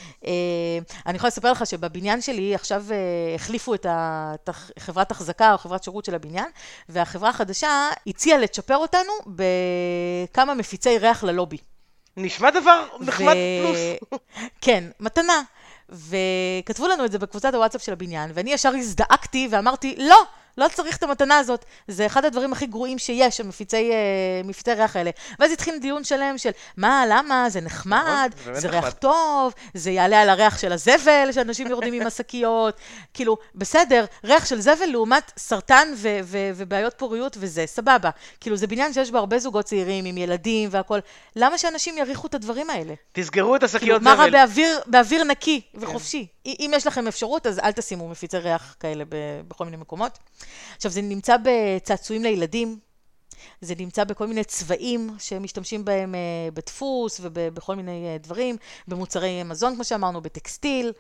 אני יכולה לספר לך שבבניין שלי עכשיו החליפו את חברת תחזקה או חברת שירות של הבניין, והחברה החדשה הציעה לצ'פר אותנו בכמה מפיצי ריח ללובי. נשמע דבר נחמד פלוס. כן, מתנה. וכתבו לנו את זה בקבוצת הוואטסאפ של הבניין, ואני ישר הזדעקתי ואמרתי, לא! לא צריך את המתנה הזאת, זה אחד הדברים הכי גרועים שיש, המפיצי מפיצי ריח האלה. ואז התחיל דיון שלם של, מה, למה, זה נחמד, זה ריח טוב, זה יעלה על הריח של הזבל, שאנשים יורדים עם השקיות, כאילו, בסדר, ריח של זבל לעומת סרטן ו- ו- ובעיות פוריות וזה, סבבה. כאילו, זה בניין שיש בו הרבה זוגות צעירים, עם ילדים והכל. למה שאנשים יריחו את הדברים האלה? תסגרו את השקיות כאילו, זבל. מה רע באוויר, באוויר נקי וחופשי? אם יש לכם אפשרות, אז אל תשימו מפיצי ריח כאלה בכל מיני מקומות. עכשיו, זה נמצא בצעצועים לילדים, זה נמצא בכל מיני צבעים שמשתמשים בהם בדפוס ובכל מיני דברים, במוצרי מזון, כמו שאמרנו, בטקסטיל,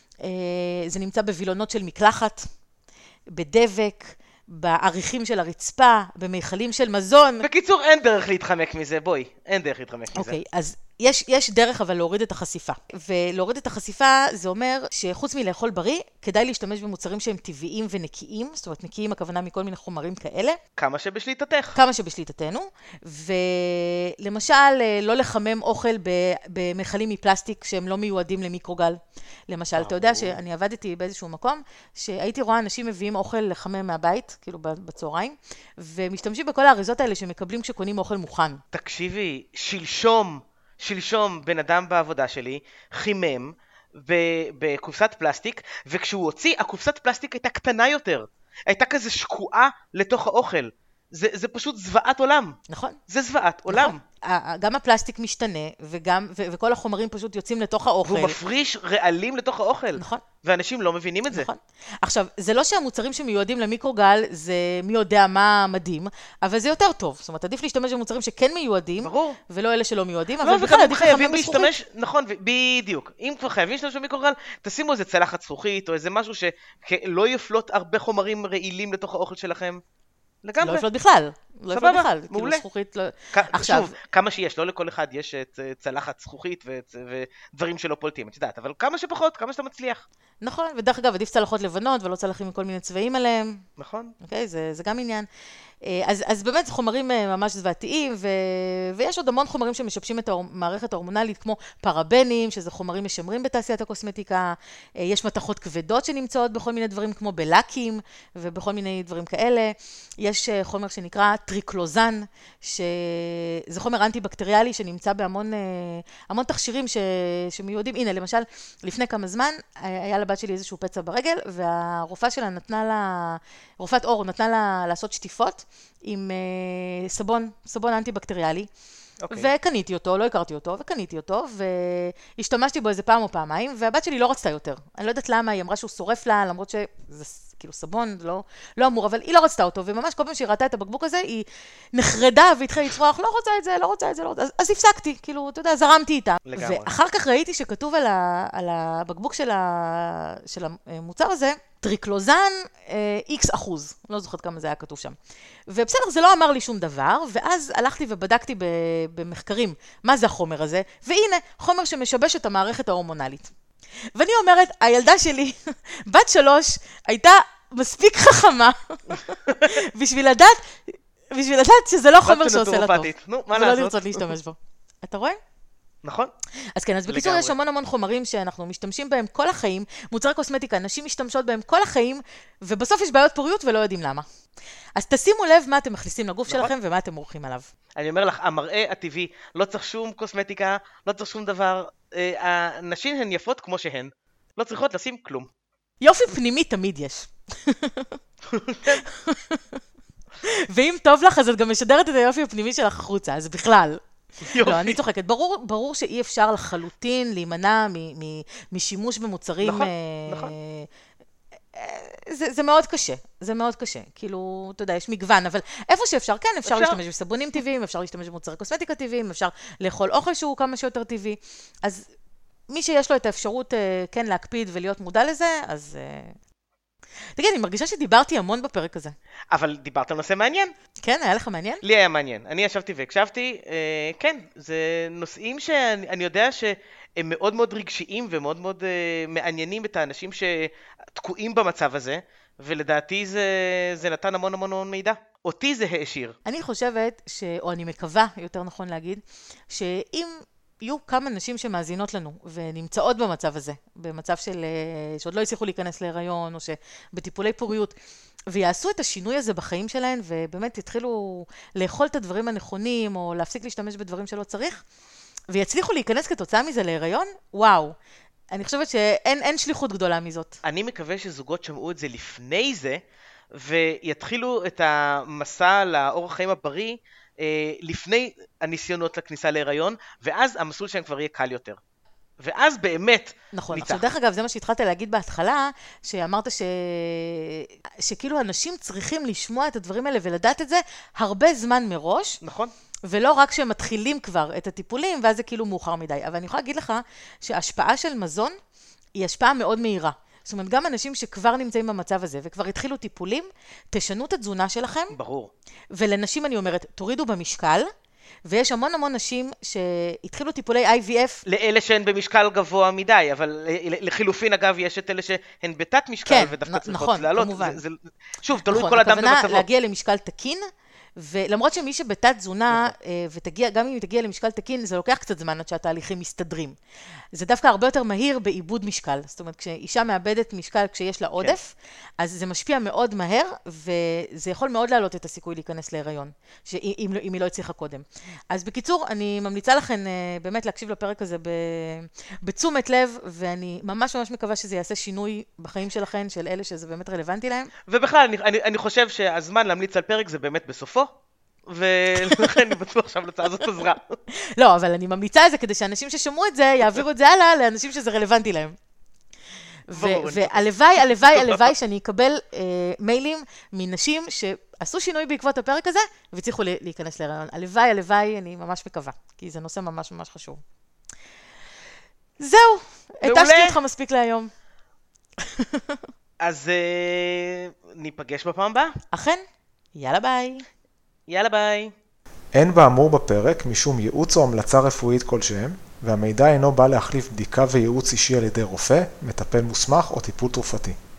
זה נמצא בווילונות של מקלחת, בדבק, בעריכים של הרצפה, במיכלים של מזון. בקיצור, אין דרך להתחמק מזה, בואי, אין דרך להתחמק מזה. אוקיי, אז יש, יש דרך אבל להוריד את החשיפה. ולהוריד את החשיפה זה אומר שחוץ מלאכול בריא, כדאי להשתמש במוצרים שהם טבעיים ונקיים, זאת אומרת נקיים הכוונה מכל מיני חומרים כאלה. כמה שבשליטתך. כמה שבשליטתנו. ולמשל, לא לחמם אוכל במכלים מפלסטיק שהם לא מיועדים למיקרוגל. למשל, אתה יודע שאני עבדתי באיזשהו מקום, שהייתי רואה אנשים מביאים אוכל לחמם מהבית, כאילו בצהריים, ומשתמשים בכל האריזות האלה שמקבלים כשקונים אוכל מוכן. תקשיבי, שלשום, שלשום בן אדם בעבודה שלי חימם בקופסת פלסטיק, וכשהוא הוציא, הקופסת פלסטיק הייתה קטנה יותר. הייתה כזה שקועה לתוך האוכל. זה, זה פשוט זוועת עולם. נכון. זה זוועת עולם. נכון. גם הפלסטיק משתנה, וגם, ו- וכל החומרים פשוט יוצאים לתוך האוכל. והוא מפריש רעלים לתוך האוכל. נכון. ואנשים לא מבינים את זה. נכון. עכשיו, זה לא שהמוצרים שמיועדים למיקרוגל, זה מי יודע מה מדהים, אבל זה יותר טוב. זאת אומרת, עדיף להשתמש במוצרים שכן מיועדים, ברור. ולא אלה שלא מיועדים, לא, אבל בכלל עדיף לחמם בזכוכית. נכון, בדיוק. אם כבר חייבים להשתמש במיקרוגל, תשימו איזה צלחת זכוכית, או איזה משהו שלא יפלוט הרבה חומרים רעילים לתוך האוכל שלכם. לגמרי. לא יפלוט בכלל. לא יפלוט בכלל. מעולה. כאילו זכוכית לא... עכשיו, שוב, כמה שיש, לא לכל אחד יש צלחת זכוכית ודברים שלא פולטים, את יודעת, אבל כמה שפחות, כמה שאתה מצליח. נכון, ודרך אגב, עדיף צלחות לבנות ולא צלחים עם כל מיני צבעים עליהם. נכון. אוקיי, זה, זה גם עניין. אז, אז באמת זה חומרים ממש זוועתיים, ו, ויש עוד המון חומרים שמשבשים את המערכת ההורמונלית, כמו פרבנים, שזה חומרים משמרים בתעשיית הקוסמטיקה, יש מתכות כבדות שנמצאות בכל מיני דברים, כמו בלקים, ובכל מיני דברים כאלה. יש חומר שנקרא טריקלוזן, שזה חומר אנטי-בקטריאלי שנמצא בהמון המון תכשירים ש, שמיועדים. הנה, למשל, לפני כמה זמן, היה לבת שלי איזשהו פצע ברגל, והרופאה שלה נתנה לה, רופאת אור נתנה לה לעשות שטיפות, עם uh, סבון, סבון אנטי-בקטריאלי, okay. וקניתי אותו, לא הכרתי אותו, וקניתי אותו, והשתמשתי בו איזה פעם או פעמיים, והבת שלי לא רצתה יותר. אני לא יודעת למה, היא אמרה שהוא שורף לה, למרות שזה כאילו סבון, לא, לא אמור, אבל היא לא רצתה אותו, וממש כל פעם שהיא ראתה את הבקבוק הזה, היא נחרדה והתחילה לצרוח, לא רוצה את זה, לא רוצה את זה, לא רוצה, אז, אז הפסקתי, כאילו, אתה יודע, זרמתי איתה. לגמרי. ואחר כך ראיתי שכתוב על, ה, על הבקבוק של, ה, של המוצר הזה, טריקלוזן איקס אחוז, לא זוכרת כמה זה היה כתוב שם. ובסדר, זה לא אמר לי שום דבר, ואז הלכתי ובדקתי במחקרים מה זה החומר הזה, והנה, חומר שמשבש את המערכת ההורמונלית. ואני אומרת, הילדה שלי, בת שלוש, הייתה מספיק חכמה, בשביל לדעת, בשביל לדעת שזה לא חומר שעושה לה טוב. נו, מה לעשות? ולא לרצות להשתמש בו. אתה רואה? נכון. אז כן, אז בקיצור יש המון המון חומרים שאנחנו משתמשים בהם כל החיים, מוצרי קוסמטיקה, נשים משתמשות בהם כל החיים, ובסוף יש בעיות פוריות ולא יודעים למה. אז תשימו לב מה אתם מכניסים לגוף נכון. שלכם ומה אתם מורחים עליו. אני אומר לך, המראה הטבעי, לא צריך שום קוסמטיקה, לא צריך שום דבר, הנשים הן יפות כמו שהן, לא צריכות לשים כלום. יופי פנימי תמיד יש. ואם טוב לך, אז את גם משדרת את היופי הפנימי שלך החוצה, אז בכלל. יופי. לא, אני צוחקת. ברור, ברור שאי אפשר לחלוטין להימנע מ- מ- משימוש במוצרים. נכון, אה, נכון. זה, זה מאוד קשה, זה מאוד קשה. כאילו, אתה יודע, יש מגוון, אבל איפה שאפשר, כן, אפשר, אפשר. להשתמש בסבונים טבעיים, אפשר להשתמש במוצרי קוסמטיקה טבעיים, אפשר לאכול אוכל שהוא כמה שיותר טבעי. אז מי שיש לו את האפשרות, כן, להקפיד ולהיות מודע לזה, אז... תגיד, אני מרגישה שדיברתי המון בפרק הזה. אבל דיברת על נושא מעניין. כן, היה לך מעניין? לי היה מעניין. אני ישבתי והקשבתי, אה, כן, זה נושאים שאני יודע שהם מאוד מאוד רגשיים ומאוד מאוד אה, מעניינים את האנשים שתקועים במצב הזה, ולדעתי זה, זה נתן המון המון המון מידע. אותי זה העשיר. אני חושבת, ש... או אני מקווה, יותר נכון להגיד, שאם... יהיו כמה נשים שמאזינות לנו ונמצאות במצב הזה, במצב של, שעוד לא הצליחו להיכנס להיריון או שבטיפולי פוריות, ויעשו את השינוי הזה בחיים שלהן ובאמת יתחילו לאכול את הדברים הנכונים או להפסיק להשתמש בדברים שלא צריך, ויצליחו להיכנס כתוצאה מזה להיריון, וואו. אני חושבת שאין אין שליחות גדולה מזאת. אני מקווה שזוגות שמעו את זה לפני זה, ויתחילו את המסע לאורח חיים הבריא, לפני הניסיונות לכניסה להיריון, ואז המסלול שלהם כבר יהיה קל יותר. ואז באמת נכון, ניצח. עכשיו דרך אגב, זה מה שהתחלת להגיד בהתחלה, שאמרת ש... שכאילו אנשים צריכים לשמוע את הדברים האלה ולדעת את זה הרבה זמן מראש. נכון. ולא רק שהם מתחילים כבר את הטיפולים, ואז זה כאילו מאוחר מדי. אבל אני יכולה להגיד לך שההשפעה של מזון היא השפעה מאוד מהירה. זאת אומרת, גם אנשים שכבר נמצאים במצב הזה, וכבר התחילו טיפולים, תשנו את התזונה שלכם. ברור. ולנשים אני אומרת, תורידו במשקל, ויש המון המון נשים שהתחילו טיפולי איי וי אף. לאלה שהן במשקל גבוה מדי, אבל לחילופין אגב, יש את אלה שהן בתת משקל, כן, ודווקא נ- צריכות נכון, לעלות. כמובן. זה, זה, שוב, תלוי נכון, כל אדם הכוונה במצבו. להגיע למשקל תקין, ולמרות שמי שבתת תזונה, ותגיע, גם אם היא תגיע למשקל תקין, זה לוקח קצת זמן עד שהתהליכים מסתדרים. זה דווקא הרבה יותר מהיר בעיבוד משקל. זאת אומרת, כשאישה מאבדת משקל כשיש לה עודף, אז זה משפיע מאוד מהר, וזה יכול מאוד להעלות את הסיכוי להיכנס להיריון, אם, אם היא לא הצליחה קודם. אז בקיצור, אני ממליצה לכם באמת להקשיב לפרק הזה בתשומת לב, ואני ממש ממש מקווה שזה יעשה שינוי בחיים שלכם, של אלה שזה באמת רלוונטי להם. ובכלל, אני, אני, אני חושב שהזמן להמליץ על פרק זה באמת בסופו, ולכן אני בטוח שההמלצה הזאת עזרה. לא, אבל אני ממליצה את זה כדי שאנשים ששמעו את זה, יעבירו את זה הלאה לאנשים שזה רלוונטי להם. והלוואי, הלוואי, הלוואי שאני אקבל מיילים מנשים שעשו שינוי בעקבות הפרק הזה, והצליחו להיכנס להיריון. הלוואי, הלוואי, אני ממש מקווה, כי זה נושא ממש ממש חשוב. זהו, התשתי אותך מספיק להיום. אז ניפגש בפעם הבאה. אכן, יאללה ביי. יאללה ביי. אין באמור בפרק משום ייעוץ או המלצה רפואית כלשהם, והמידע אינו בא להחליף בדיקה וייעוץ אישי על ידי רופא, מטפל מוסמך או טיפול תרופתי.